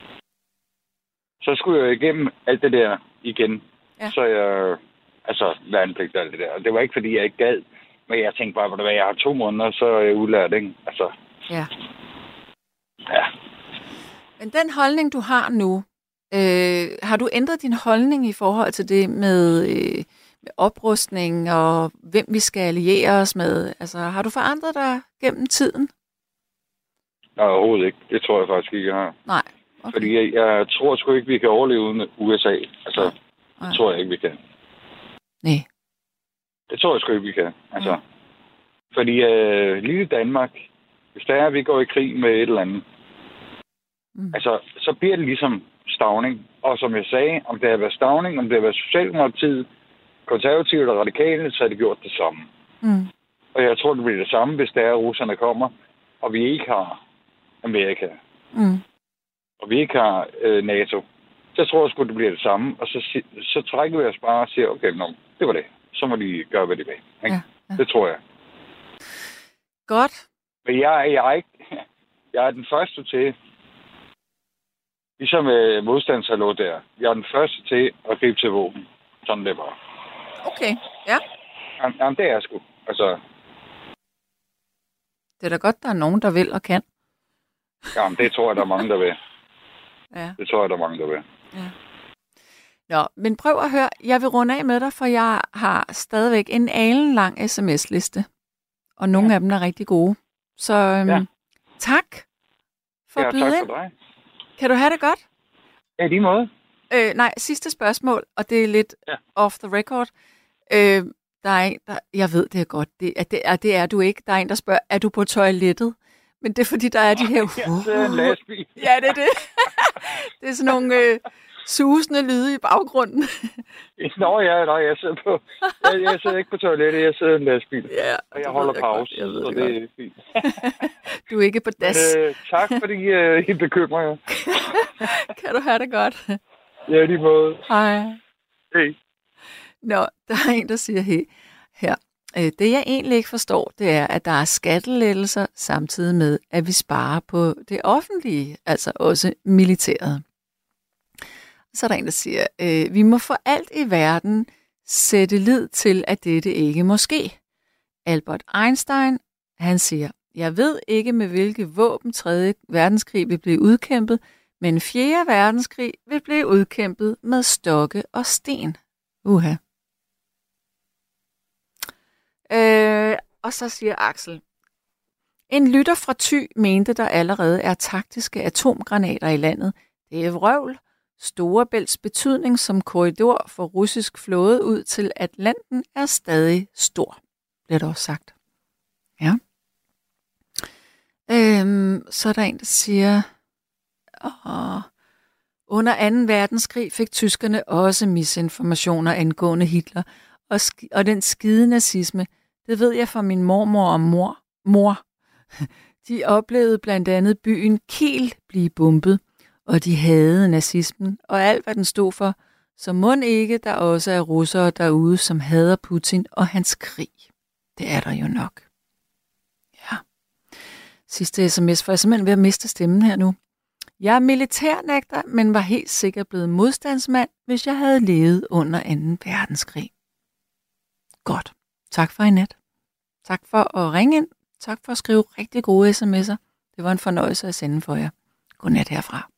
Så skulle jeg igennem alt det der igen. Ja. Så jeg, værnepligt og alt det der. Og det var ikke, fordi jeg ikke gad. Men jeg tænkte bare, hvad jeg har 2 måneder, så er jeg udlært, ikke? Altså.
Ja.
Ja.
Men den holdning, du har nu, har du ændret din holdning i forhold til det med oprustning og hvem vi skal alliere os med? Altså, har du forandret dig gennem tiden?
Nej, overhovedet ikke. Det tror jeg faktisk ikke, jeg har.
Nej. Okay.
Fordi jeg tror sgu ikke, vi kan overleve uden USA. Altså, det tror jeg ikke, vi kan.
Nej.
Det tror jeg sgu ikke, vi kan. Altså, fordi lille Danmark, hvis der er, at vi går i krig med et eller andet, altså, så bliver det ligesom Stauning. Og som jeg sagde, om det har været Stauning, om det har været Socialdemokratiet, Konservative og Radikale, så har det gjort det samme. Mm. Og jeg tror, det bliver det samme, hvis der er, at russerne kommer, og vi ikke har Amerika. Mm. Og vi ikke har NATO. Så tror jeg sgu, det bliver det samme. Og så trækker vi os bare og siger, okay, det var det. Så må de gøre, hvad de vil. Ja. Det tror jeg.
Godt.
Men jeg er den første til, ligesom modstandshallo der, jeg er den første til at gribe til våben. Sådan det var.
Okay, ja.
Jamen, det er sgu. Altså.
Det er da godt, der er nogen, der vil og kan.
Jamen, det tror jeg, der er mange, der vil.
Ja.
Det tror jeg, der er mange, der vil.
Ja. Nå, men prøv at høre. Jeg vil runde af med dig, for jeg har stadigvæk en alenlang sms-liste. Og nogle af dem er rigtig gode. Så tak for at byde ind.
Tak for dig.
Kan du have det godt?
Ja, lige måde.
Nej, sidste spørgsmål, og det er lidt off the record. Der er en, jeg ved det er godt, det er du ikke. Der er en, der spørger, er du på toilettet? Men det er fordi, der er de her...
det er en lastbil.
Ja, det er det. Det er sådan nogle susende lyde i baggrunden.
Nå, jeg sidder på... Jeg sidder ikke på toilettet, jeg sidder i en lastbil.
Ja,
og jeg holder pause, så det er fint.
Du er ikke på das.
Tak, fordi I bekymrer jer.
Kan du have det godt?
Ja, lige måde.
Hej.
Hej.
Nå, der er en, der siger her. Det jeg egentlig ikke forstår, det er, at der er skattelettelser samtidig med, at vi sparer på det offentlige, altså også militæret. Så er der en, der siger, vi må for alt i verden sætte lid til, at dette ikke må ske. Albert Einstein, han siger, jeg ved ikke med hvilke våben 3. verdenskrig vil blive udkæmpet, men 4. verdenskrig vil blive udkæmpet med stokke og sten. Uha. Og så siger Axel, En lytter fra Thy mente, der allerede er taktiske atomgranater i landet. Det er vrøvl. Storebælts betydning som korridor for russisk flåde ud til Atlanten er stadig stor, bliver der også sagt. Ja. Så er der en, der siger, under 2. verdenskrig fik tyskerne også misinformationer angående Hitler og den skide nazisme. Det ved jeg fra min mormor og mor. De oplevede blandt andet byen Kiel blive bombet, og de hadede nazismen og alt, hvad den stod for. Så mon ikke, der også er russere derude, som hader Putin og hans krig. Det er der jo nok. Ja. Sidste sms, for jeg er simpelthen ved at miste stemmen her nu. Jeg er militærnægter, men var helt sikkert blevet modstandsmand, hvis jeg havde levet under 2. verdenskrig. Godt. Tak for i nat. Tak for at ringe ind. Tak for at skrive rigtig gode sms'er. Det var en fornøjelse at sende for jer. Godnat herfra.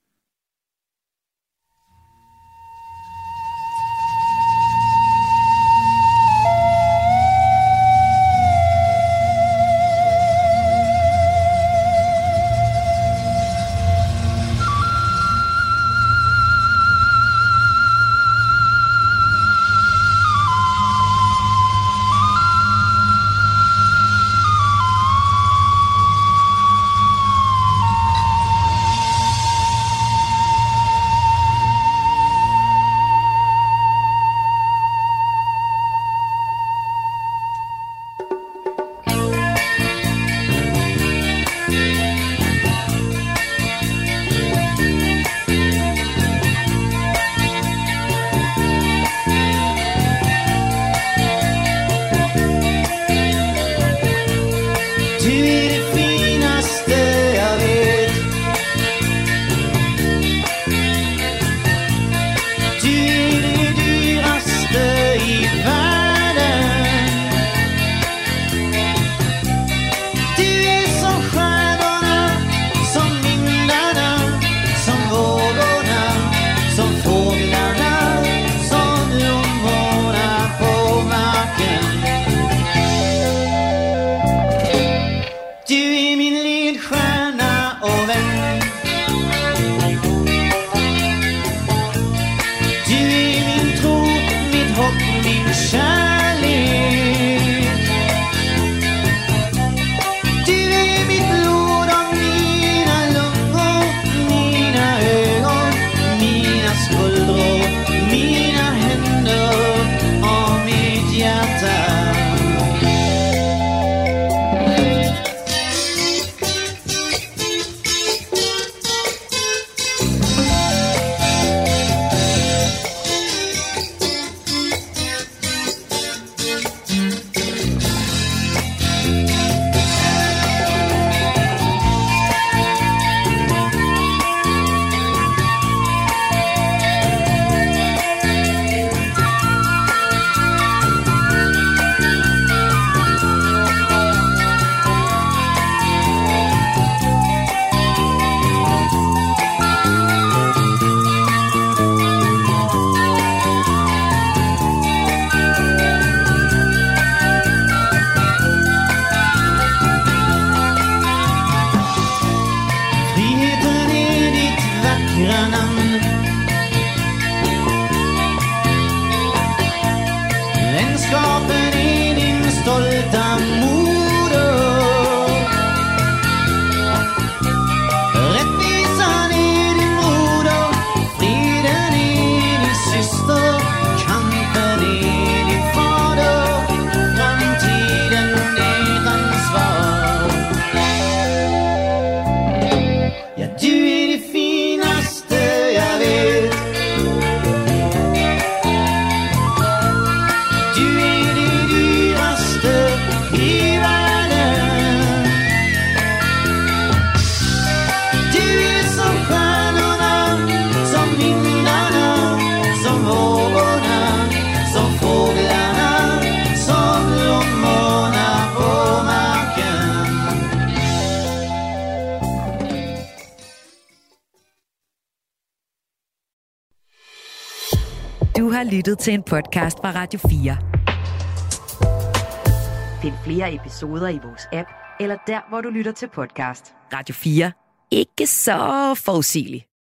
Du har lyttet til en podcast fra Radio 4.
Find flere episoder i vores app,
eller der, hvor du lytter til podcast. Radio 4. Ikke så forudsigeligt.